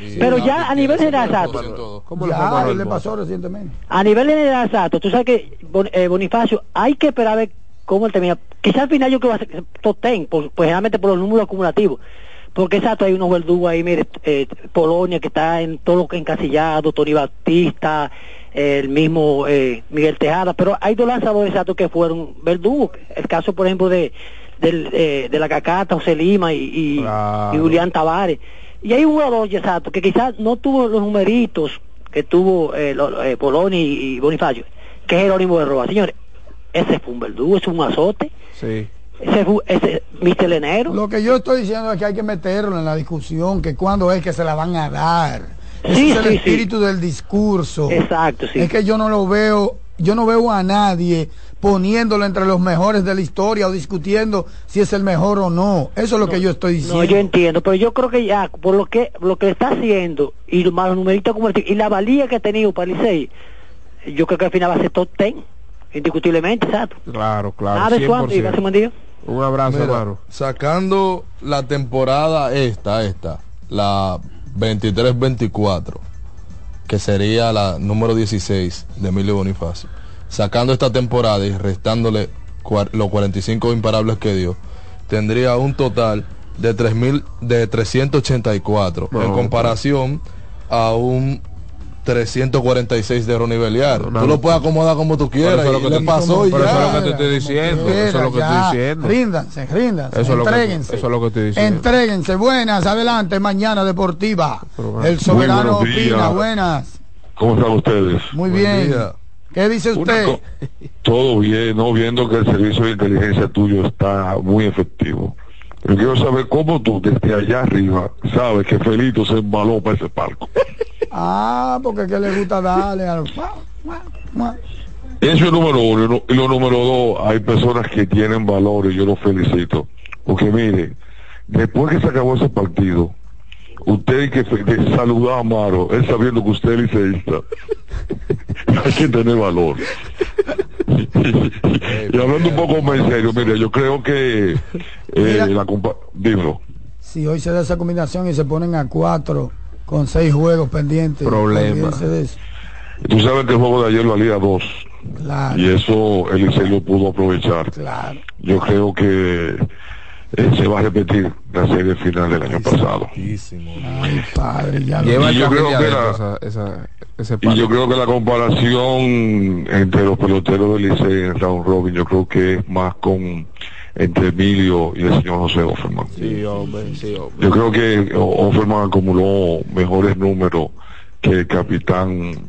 Pero ya a nivel general, Sato, ya le pasó recientemente. A nivel general, Sato, tú sabes que Bonifacio, hay que esperar a ver cómo él termina. Quizás al final yo creo que va a ser top 10, pues generalmente por los números acumulativos. Porque exacto, hay unos verdugos ahí, mire, Polonia que está en todo lo que encasillado, Tony Batista, el mismo Miguel Tejada, pero hay dos lanzadores exactos que fueron verdugos. El caso, por ejemplo, de la Cacata, José Lima y Julián Tavares. Y hay un jugador, exacto, que quizás no tuvo los numeritos que tuvo Polonia y Bonifacio, que es Jerónimo de Roa. Señores, ese fue un verdugo, es un azote. Sí. Ese Mr. Lenero. Lo que yo estoy diciendo es que hay que meterlo en la discusión, que cuándo es que se la van a dar. Ese es el espíritu del discurso. Exacto, sí. Es que yo no lo veo, yo no veo a nadie poniéndolo entre los mejores de la historia o discutiendo si es el mejor o no. Eso es lo que yo estoy diciendo. No, yo entiendo, pero yo creo que ya, por lo que está haciendo, y más los numeritos acumulativos, y la valía que ha tenido para el Licey, yo creo que al final va a ser top 10. Indiscutiblemente, exacto. Claro. Un abrazo, hermano. Sacando la temporada la 23-24, que sería la número 16 de Emilio Bonifacio. Sacando esta temporada y restándole los 45 imparables que dio, tendría un total de 384 en comparación a un 346 de Ronnie Beliar. Tú lo puedes acomodar como tú quieras. Eso es lo que te pasó. Pero eso es lo que te estoy diciendo. Eso es lo que estoy diciendo. Ríndanse. Entréguense. Eso es lo que estoy diciendo. Entréguense. Buenas, adelante. Mañana Deportiva. El Soberano opina. Buenas. ¿Cómo están ustedes? Muy bien. ¿Qué dice usted? Todo bien, ¿no? Viendo que el servicio de inteligencia tuyo está muy efectivo. Yo quiero saber cómo tú, desde allá arriba, sabes que Felito se embaló para ese palco. Porque es que le gusta darle al... Eso es número uno. Y lo número dos, hay personas que tienen valor y yo los felicito. Porque mire, después que se acabó ese partido, usted que saludó a Amaro, él sabiendo que usted es liceísta, hay que tener valor. Y hablando un poco más en serio, mire, yo creo que dímelo. Si hoy se da esa combinación y se ponen a 4 con 6 juegos pendientes, problema. Tú sabes que el juego de ayer valía 2. Claro. Y eso el Licey lo pudo aprovechar. Claro. Yo creo que se va a repetir la serie final del año pasado. Ay, padre, ya y yo creo que la comparación entre los peloteros del Licey en round robin, yo creo que es más entre Emilio y el señor José Offerman. Sí, hombre. Yo creo que Offerman acumuló mejores números que el capitán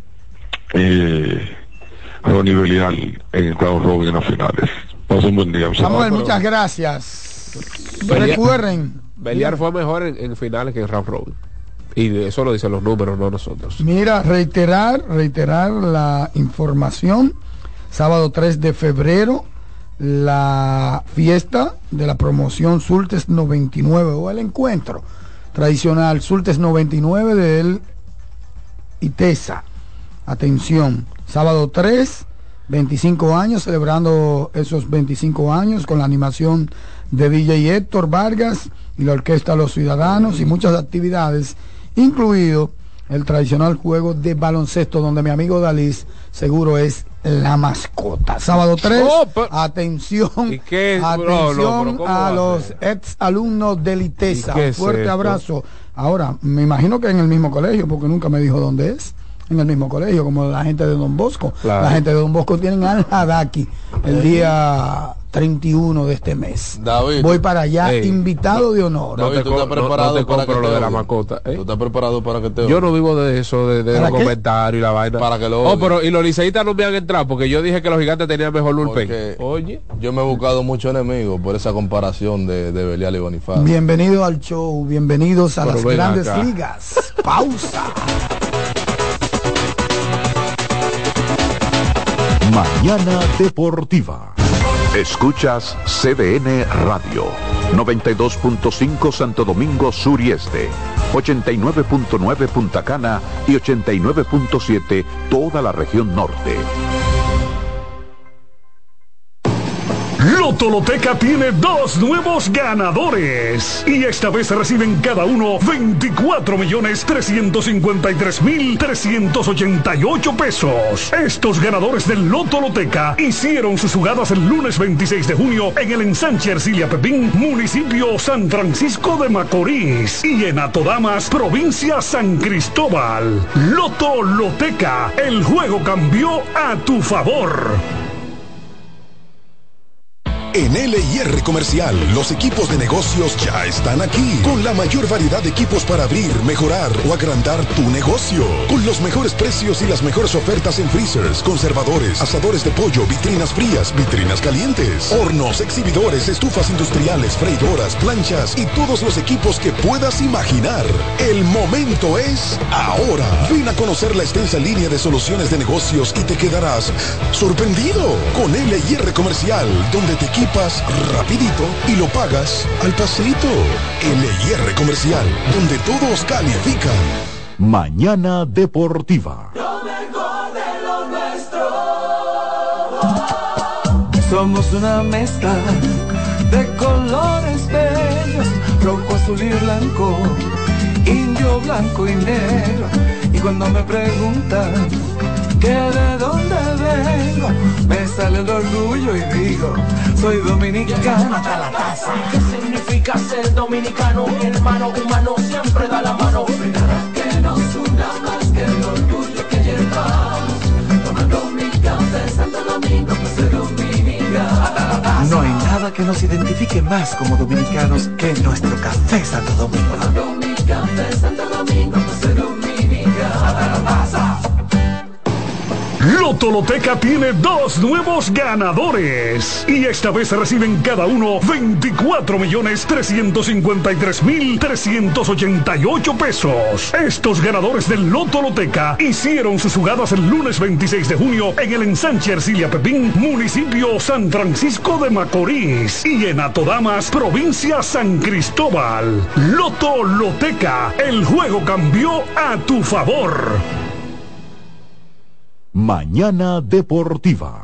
Ronnie Beliar en el round robin en las finales. Pasen un buen día. Samuel, muchas gracias. Recuerden, Beliar fue mejor en finales que en round robin. Y eso lo dicen los números, no nosotros. Mira, reiterar la información. Sábado 3 de febrero, la fiesta de la promoción Sultes 99, o el encuentro tradicional Sultes 99 del ITESA. Atención, sábado 3, 25 años, celebrando esos 25 años con la animación de DJ Héctor Vargas y la Orquesta Los Ciudadanos y muchas actividades, incluido el tradicional juego de baloncesto donde mi amigo Dalis seguro es la mascota. Sábado 3, atención a los ex alumnos del ITESA. Un fuerte abrazo. Ahora, me imagino que en el mismo colegio, porque nunca me dijo dónde es. En el mismo colegio, como la gente de Don Bosco. Claro. La gente de Don Bosco tienen al Hadaki el día 31 de este mes. David, voy para allá, invitado de honor. David, ¿tú estás preparado para que lo de la mascota? ¿Tú estás preparado para que te Yo no vivo de eso, de los comentarios y la vaina. Para que lo pero y los liceístas no me han entrado porque yo dije que los gigantes tenían mejor bullpen. Oye, yo me he buscado muchos enemigos por esa comparación de Belial y Bonifacio. Bienvenido al show, bienvenidos a las grandes ligas. Pausa. Mañana Deportiva. Escuchas CDN Radio. 92.5 Santo Domingo Sur y Este. 89.9 Punta Cana y 89.7 toda la región norte. Loto Loteca tiene 2 nuevos ganadores y esta vez reciben cada uno 24.353.388 pesos. Estos ganadores del Loto Loteca hicieron sus jugadas el lunes 26 de junio en el ensanche Ercilia Pepín, municipio San Francisco de Macorís, y en Atodamas, provincia San Cristóbal. Loto Loteca, el juego cambió a tu favor. En LIR Comercial, los equipos de negocios ya están aquí, con la mayor variedad de equipos para abrir, mejorar o agrandar tu negocio, con los mejores precios y las mejores ofertas en freezers, conservadores, asadores de pollo, vitrinas frías, vitrinas calientes, hornos, exhibidores, estufas industriales, freidoras, planchas y todos los equipos que puedas imaginar. El momento es ahora. Ven a conocer la extensa línea de soluciones de negocios y te quedarás sorprendido con LIR Comercial, donde te rapidito y lo pagas al pasito. LIR Comercial, donde todos califican. Mañana Deportiva. Lo mejor de lo nuestro. Somos una mezcla de colores bellos, rojo, azul y blanco, indio, blanco y negro. Y cuando me preguntan que de dónde vengo, me sale el orgullo y digo, soy dominicano hasta la taza. ¿Qué significa ser dominicano? Hermano humano siempre da la mano. No hay nada que nos una más que el orgullo que llevamos. Tomando mi café Santo Domingo, pues soy dominicano. No hay nada que nos identifique más como dominicanos que nuestro café Santo Domingo. Tomando mi café Santo Domingo, pues soy dominicano. Loto Loteca tiene 2 nuevos ganadores y esta vez reciben cada uno 24.353.388 pesos. Estos ganadores del Loto Loteca hicieron sus jugadas el lunes 26 de junio en el ensanche Ercilia Pepín, municipio San Francisco de Macorís, y en Atodamas, provincia San Cristóbal. Loto Loteca, el juego cambió a tu favor. Mañana Deportiva.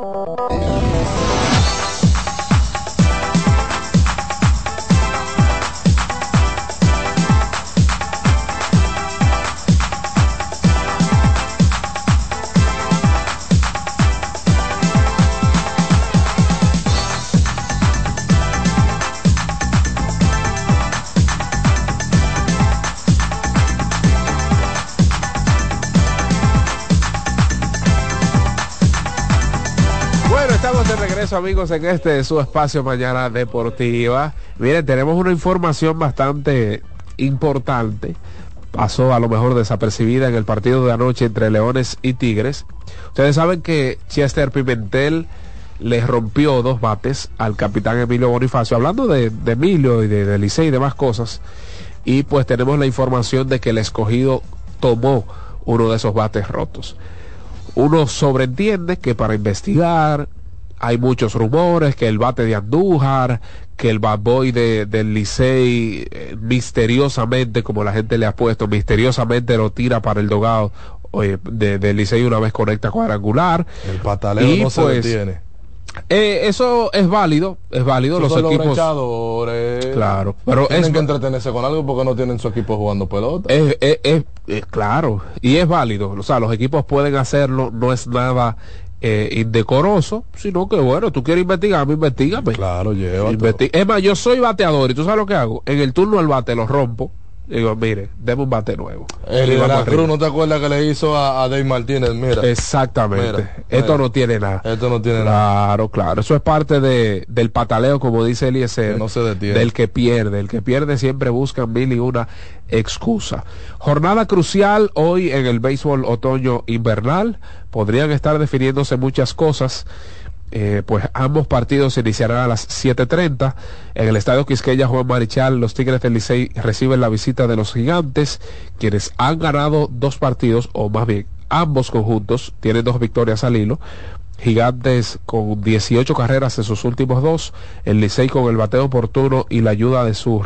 Estamos de regreso, amigos, en este su espacio Mañana Deportiva. Miren, tenemos una información bastante importante. Pasó a lo mejor desapercibida en el partido de anoche entre Leones y Tigres. Ustedes saben que Chester Pimentel le rompió 2 bates al capitán Emilio Bonifacio, hablando de Emilio y de Licey y demás cosas. Y pues tenemos la información de que el Escogido tomó uno de esos bates rotos. Uno sobreentiende que para investigar, hay muchos rumores, que el bate de Andújar, que el bad boy del Licey, misteriosamente, como la gente le ha puesto, misteriosamente lo tira para el dogado del Licey una vez conecta cuadrangular. El pataleo y no se detiene. Eso es válido, los equipos. Claro, pero tienen que entretenerse con algo porque no tienen su equipo jugando pelota. Claro, y es válido, o sea, los equipos pueden hacerlo, no es nada indecoroso, sino que bueno, tú quieres investigar, investígame. Claro, llévate. Es más, yo soy bateador y tú sabes lo que hago, en el turno al bate lo rompo. Digo, mire, deme un bate nuevo. El de la Cruz, ¿no te acuerdas que le hizo a Dave Martínez? Mira. Exactamente. Esto no tiene nada. Claro. Eso es parte del pataleo, como dice Eliezer. Que no se detiene. Del que pierde. El que pierde siempre busca 1001 excusa. Jornada crucial hoy en el béisbol otoño invernal. Podrían estar definiéndose muchas cosas. Pues ambos partidos iniciarán a las 7:30 en el estadio Quisqueya Juan Marichal. Los Tigres del Licey reciben la visita de los Gigantes, quienes han ganado 2 partidos, o más bien ambos conjuntos tienen 2 victorias al hilo. Gigantes con 18 carreras en sus últimos 2, el Licey con el bateo oportuno y la ayuda de su